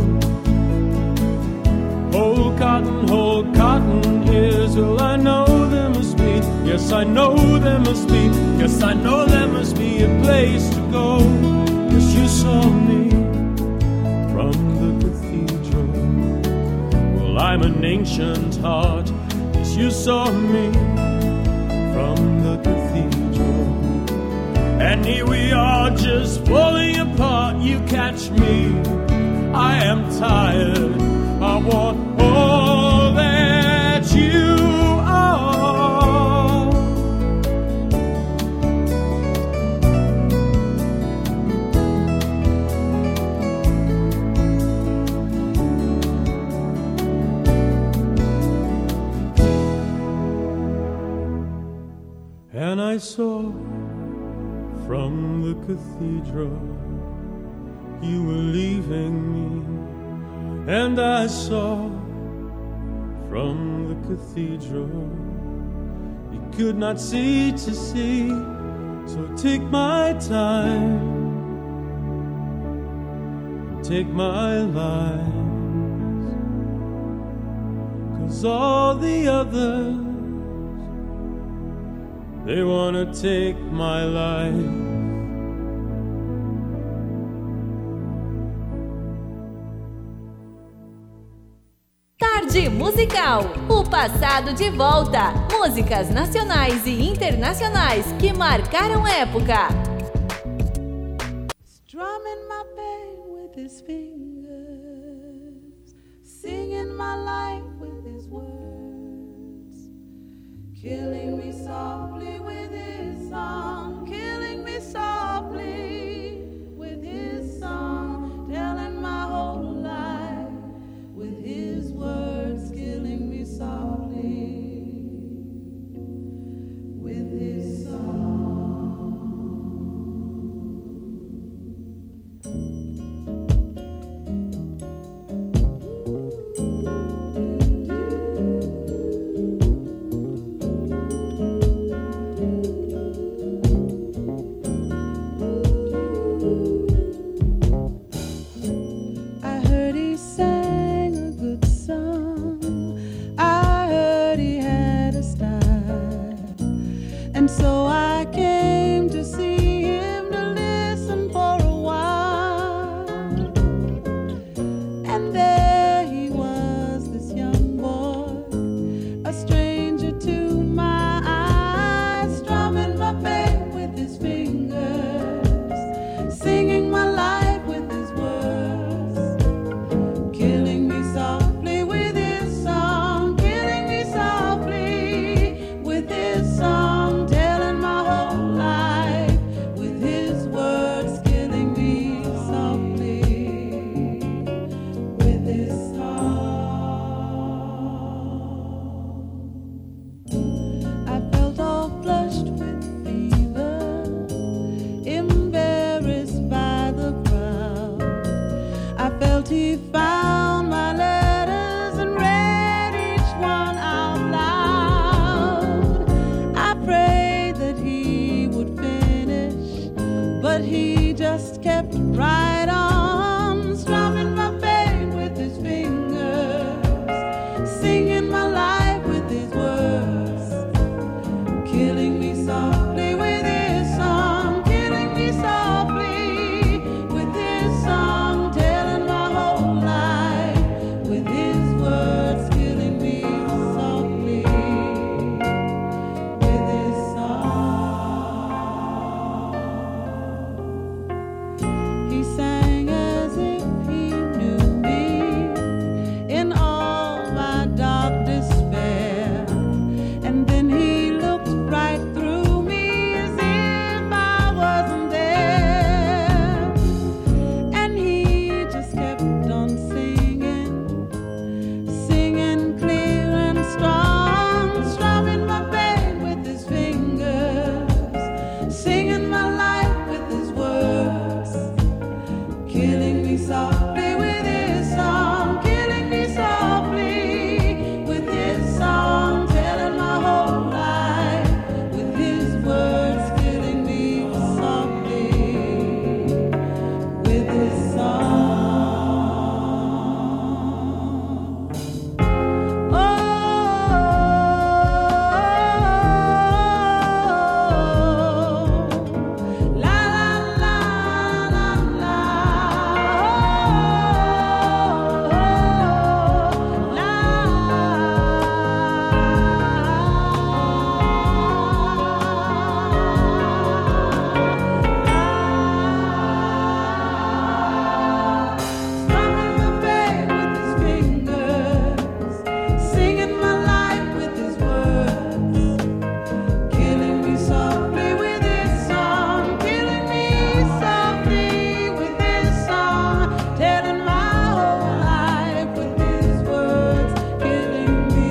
Hold cotton, hold cotton ears. Well, I know there must be, yes, I know there must be, yes, I know there must be a place to go. Yes, you saw me from the cathedral. Well, I'm an ancient heart. Yes, you saw me from the cathedral. And here we are just falling apart. You catch me, I am tired. I want all that you are. And I saw from the cathedral you were leaving me, and I saw from the cathedral you could not see to see. So take my time and take my lies, 'cause all the others, they wanna take my life. Tarde Musical, o passado de volta. Músicas nacionais e internacionais que marcaram época. Strumming my pain with his fingers, singing my life with his words, killing me softly with his song, killing me softly with his song, telling my whole life with his words, killing me softly with his song. So I came to see him, to listen for a while. felt he found my letters and read each one out loud. I prayed that he would finish, but he just kept right on, strumming my pain with his fingers, singing my life with his words, killing me softly with his song, killing me softly with his song, telling my whole life with his words, killing me softly with his song. He sang as if he knew me in all my dark despair, and then he looked right through me as if I wasn't there, and he just kept on singing, singing clear and strong, strumming my pain with his fingers, singing my life with his words, killing me softly with his song, killing me softly with his song, telling my whole life with his words, killing me softly with his song. Oh, la la la la strumming my pain with his fingers, singing my life with his words, killing me softly with his song, killing me softly with his song, telling my whole life with his words, killing me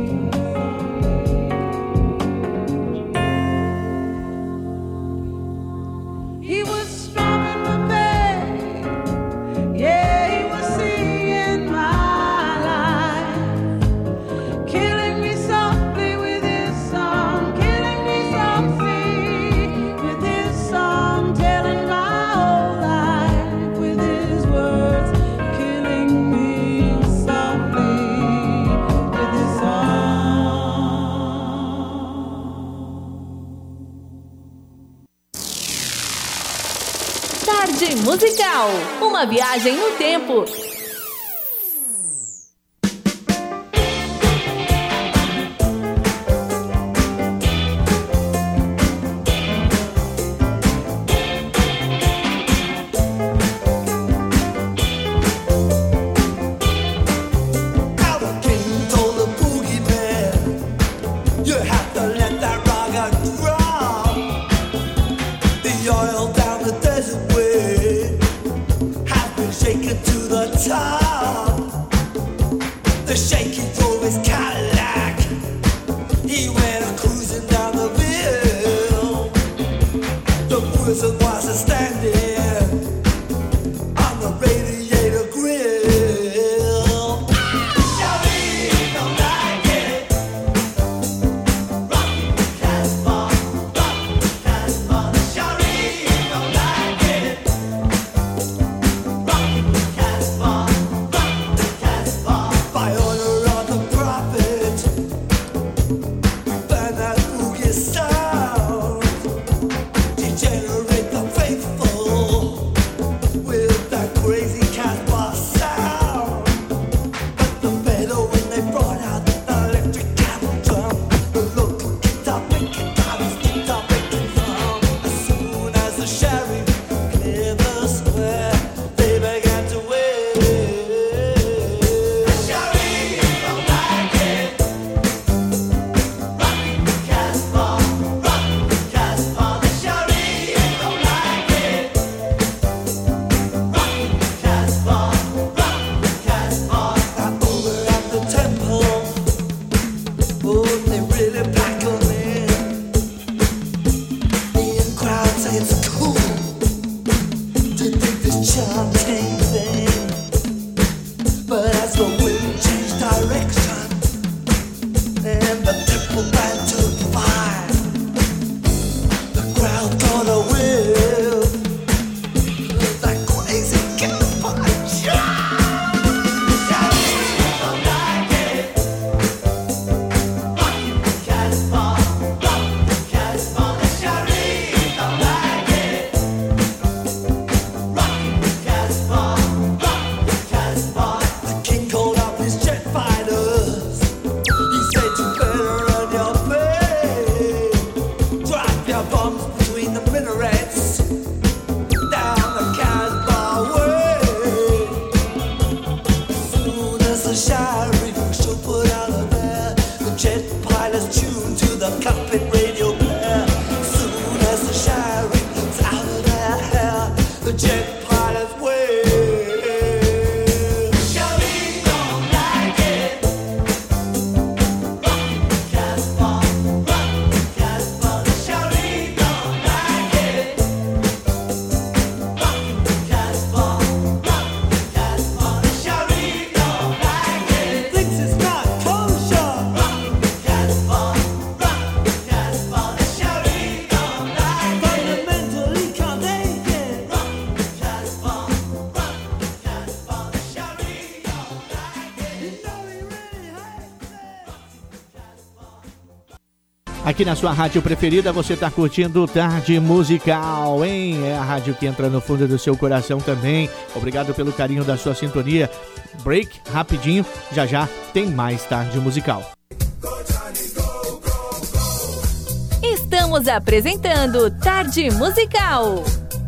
softly. He was strumming my pain, yeah, he was singing my life, killing me softly with his song, killing me softly with his song, telling my whole life with his words, killing me softly with his song. Tarde Musical, uma viagem no tempo. Albert King told the boogeyman, you have to let that rock drop. The oil down the desert way has been shaken to the top. The shaky drove his Cadillac. He went a cruising down the hill. The wizard was a standing on the radiator grill. Shawty don't like it. Rock the Casbah, rock the Casbah. Shawty don't like it. Rock the Casbah, rock the Casbah. By order of the prophet, we find that boogie sound. Degenerate the faithful with that crazy Casbah sound. But the better when they brought out the electric cattle drum, the local guitar picking guitars, guitar picking drum. As soon as the sheriff cleared the square, they began to wave. The sheriff don't like it. Rock the Casbah, rock the Casbah. The sheriff don't like it. Rock the Casbah, rock the Casbah. Now over at the temple, oh, they really pack 'em in. The in crowd say it's cool to think this chanting thing. carpet radio player. Soon as the shower rings out of their hair, the jet pilots wave. Shawty don't like it. Rock Casbah, rock Casbah. Shawty don't like it. Rock Casbah, rock Casbah. Shawty don't like it. Thinks it's not kosher. Rock Casbah, rock Casbah. Shawty don't like it. Fundamentally can't take it. Rock Casbah, rock Casbah. Shawty don't like it. You know he really hates it. Aqui na sua rádio preferida, você tá curtindo Tarde Musical, hein? É a rádio que entra no fundo do seu coração também. Obrigado pelo carinho da sua sintonia. Break, rapidinho, já já tem mais Tarde Musical. Estamos apresentando Tarde Musical.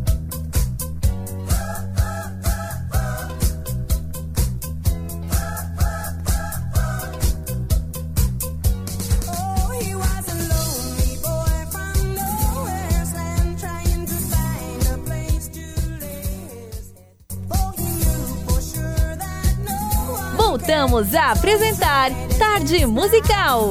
Oh, he was a lonely boy from nowhere's land, trying to find a place to live. Oh, he knew for sure that no one Voltamos a apresentar Tarde Musical.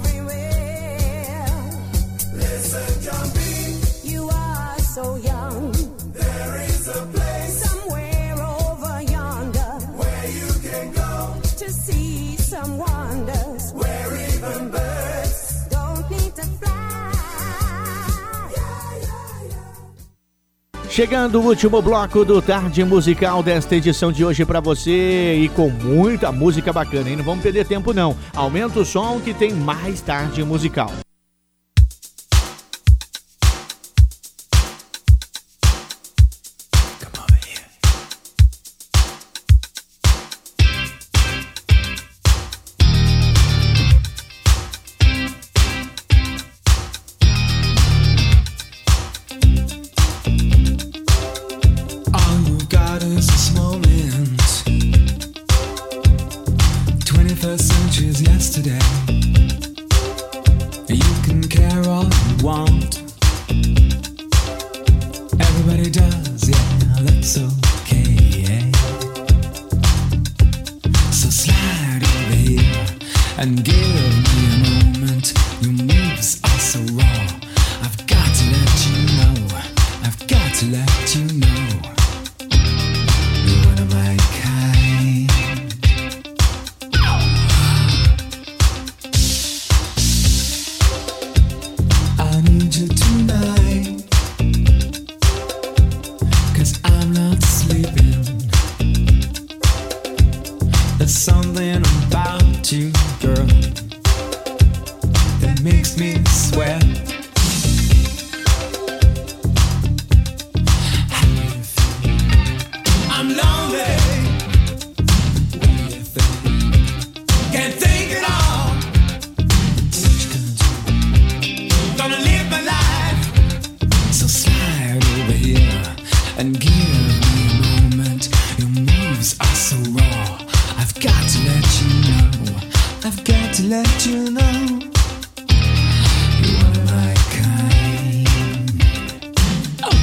you are so young. There is a place somewhere over yonder where you can go to see some wonders, where even birds don't need to fly. Chegando o último bloco do Tarde Musical desta edição de hoje pra você e com muita música bacana, hein? Não vamos perder tempo não. Aumenta o som que tem mais Tarde Musical. All you've got is this moment. twenty-first century's yesterday. You can care all you want. Everybody does, yeah, that's okay. So slide over here and give me a moment. Your moves are so raw. I've got to let you know. I've got to let you know. You're one of my kind. I need you tonight, 'cause I'm not sleeping. There's something about you, girl, that makes me sweat. I'm lonely. What do you think? Can't think at all. What you gonna do? Gonna live my life. So slide over here and give me a moment. Your moves are so raw. I've got to let you know. I've got to let you know. You're one of my kind. Oh.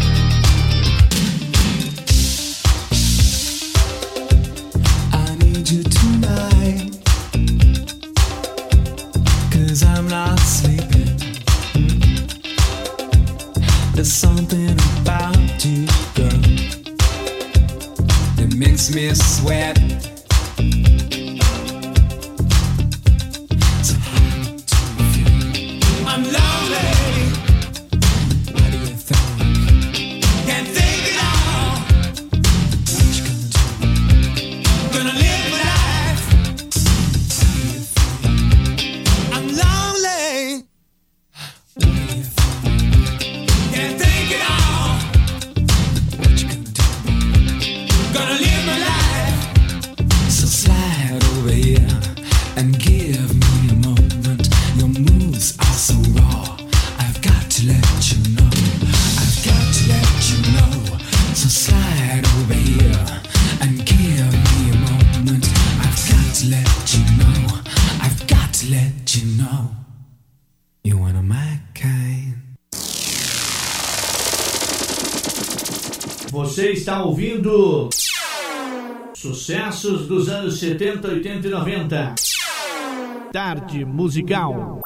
I need you tonight, 'cause I'm not sleeping. There's something about you, girl, that makes me sweat. So how do you feel? I'm lonely. What do you think? Can't think at all. What you gonna do? Gonna live my life. How do you feel? I'm lonely. What do you think? Can't think at all. What you gonna do? Gonna live my life. So slide Você está ouvindo sucessos dos anos setenta, oitenta e noventa. Tarde Musical.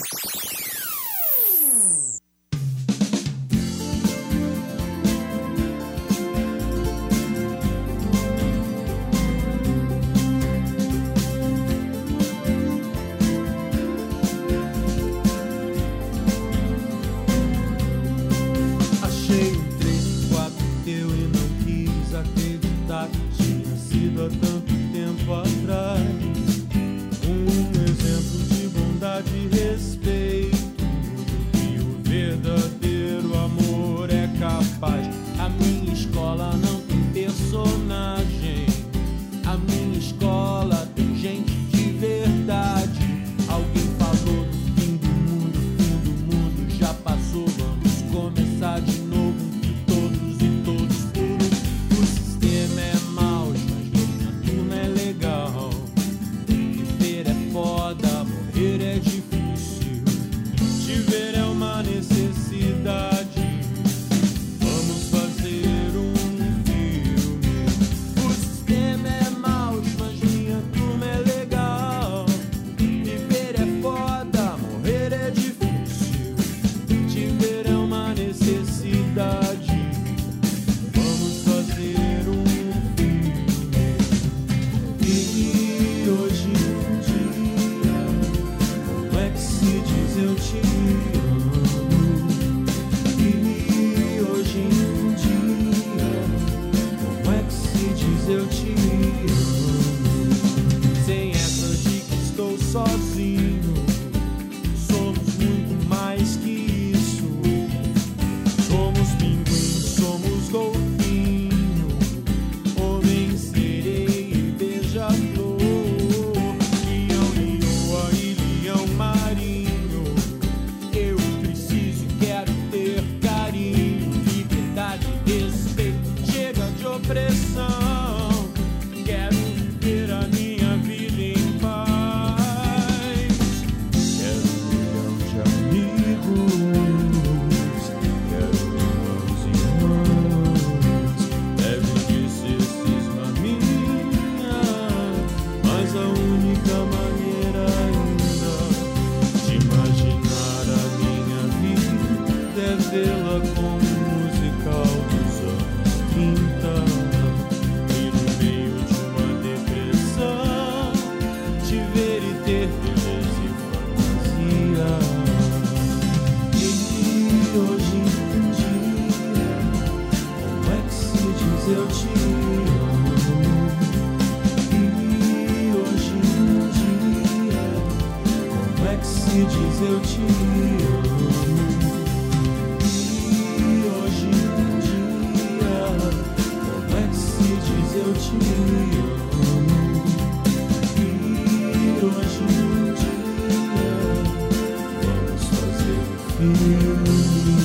Achei um três, quatro teu e não quis acreditar que tinha sido há tanto tempo atrás. Um exemplo de bondade e respeito que o verdadeiro amor é capaz. A minha escola não tem personagem, a minha escola tem gente de verdade. Alguém falou do fim do mundo, o fim do mundo já passou. Vamos começar de novo, todos e todos por um. O sistema é mau, mas minha turma é legal. Viver é foda, morrer é difícil. Te ver é uma necessidade. Vamos fazer um filme. O sistema é mau, mas minha turma é legal. Viver é foda, morrer é difícil. Te ver é uma necessidade. Vamos fazer um filme. E hoje em dia, como é que se diz eu te amo? E hoje em dia, como é que se diz eu te amo? Sem essa de que estou sozinho, somos muito mais que isso. Somos pinguim, somos golfinho, homem, sereia e beija-flor. Leão, leoa e leão marinho. Eu preciso e quero ter carinho, liberdade e respeito. Chega de opressão, quero viver a minha vida em paz. Quero um milhão de amigos, quero irmãos e irmãs. Deve de ser cisma minha, mas a única maneira ainda de imaginar a minha vida é vê-la como um musical dos anos trinta. E no meio de uma depressão, te ver e ter beleza e fantasia. E hoje em dia, como é que se diz eu te amo? E hoje em dia, como é que se diz eu te amo? E hoje em dia, como é que se diz eu te amo? E hoje em dia, vamos fazer um filme.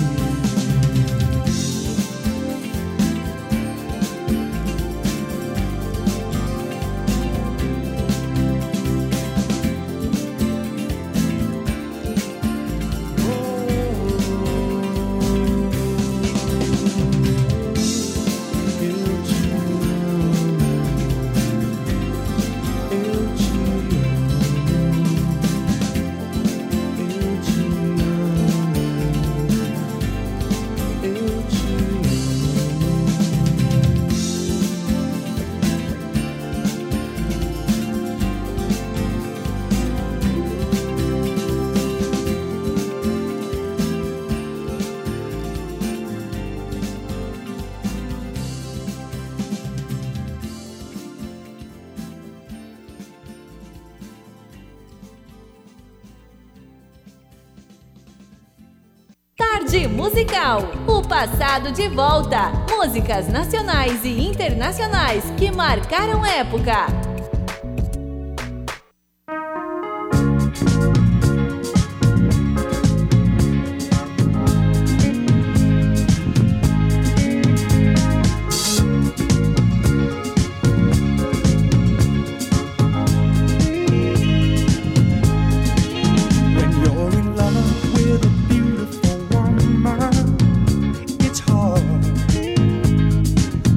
Tarde Musical, o passado de volta. Músicas nacionais e internacionais que marcaram época. It's hard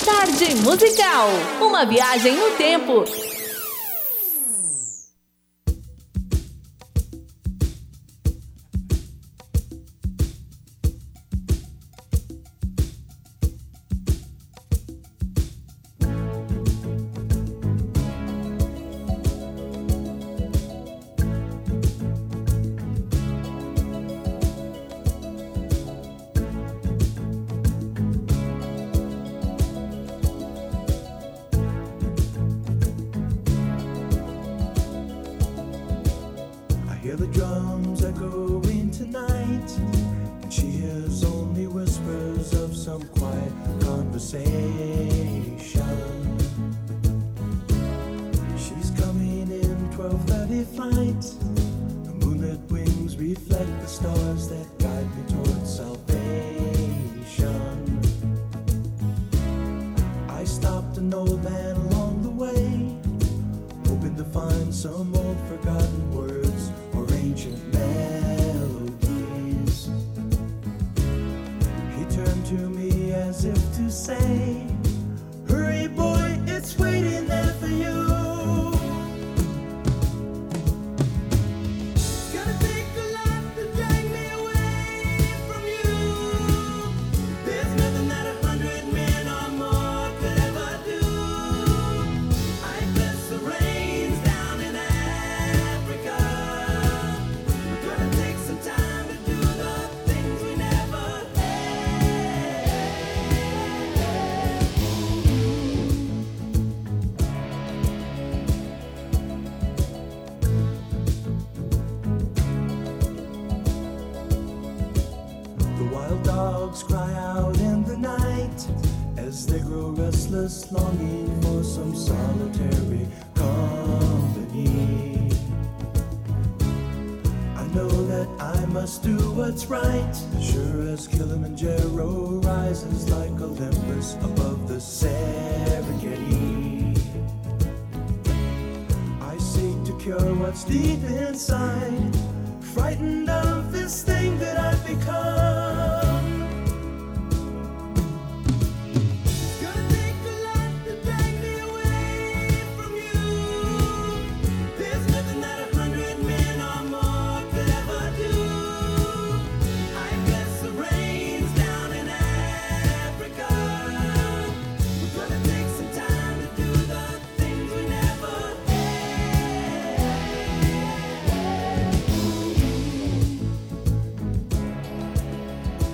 Tarde Musical, uma viagem no tempo. Hear the drums echoing tonight, and she hears only whispers of some quiet conversation. She's coming in twelve thirty flight. The moonlit wings reflect the stars that guide me towards salvation. I stopped an old man along the way, hoping to find some old forgotten words or ancient melodies. He turned to me as if to say, hurry boy, it's waiting there for you. It's gonna take a lot to drag me away from you. There's nothing that a hundred men or more could ever do. I bless the rains down in Africa. We're gonna take some time to do the things we never The wild dogs cry out in the night as they grow restless, longing for some solitary company. I know that I must do what's right, sure as Kilimanjaro rises like Olympus above the Serengeti. I seek to cure what's deep inside, frightened of this thing that I've become. It's gonna take a lot to drag me away from you. There's nothing that a hundred men or more could ever do. I bless the rains down in Africa. We're gonna take some time to do the things we never had.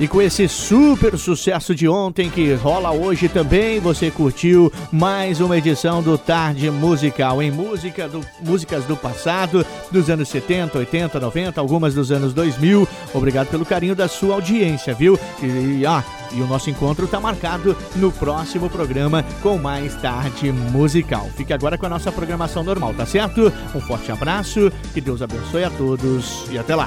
E com esse super sucesso de ontem que rola hoje também, você curtiu mais uma edição do Tarde Musical, em música do, músicas do passado, dos anos setenta, oitenta, noventa, algumas dos anos dois mil. Obrigado pelo carinho da sua audiência, viu? E, ah, e o nosso encontro está marcado no próximo programa com mais Tarde Musical. Fique agora com a nossa programação normal, tá certo? Um forte abraço, que Deus abençoe a todos e até lá.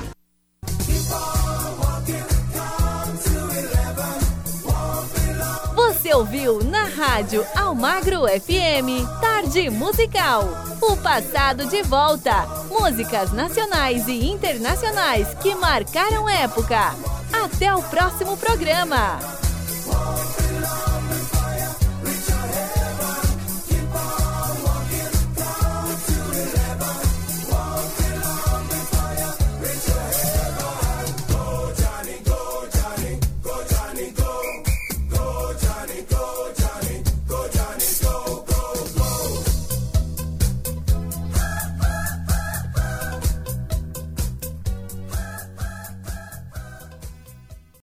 Você ouviu na Rádio Almagro F M, Tarde Musical. O passado de volta. Músicas nacionais e internacionais que marcaram época. Até o próximo programa.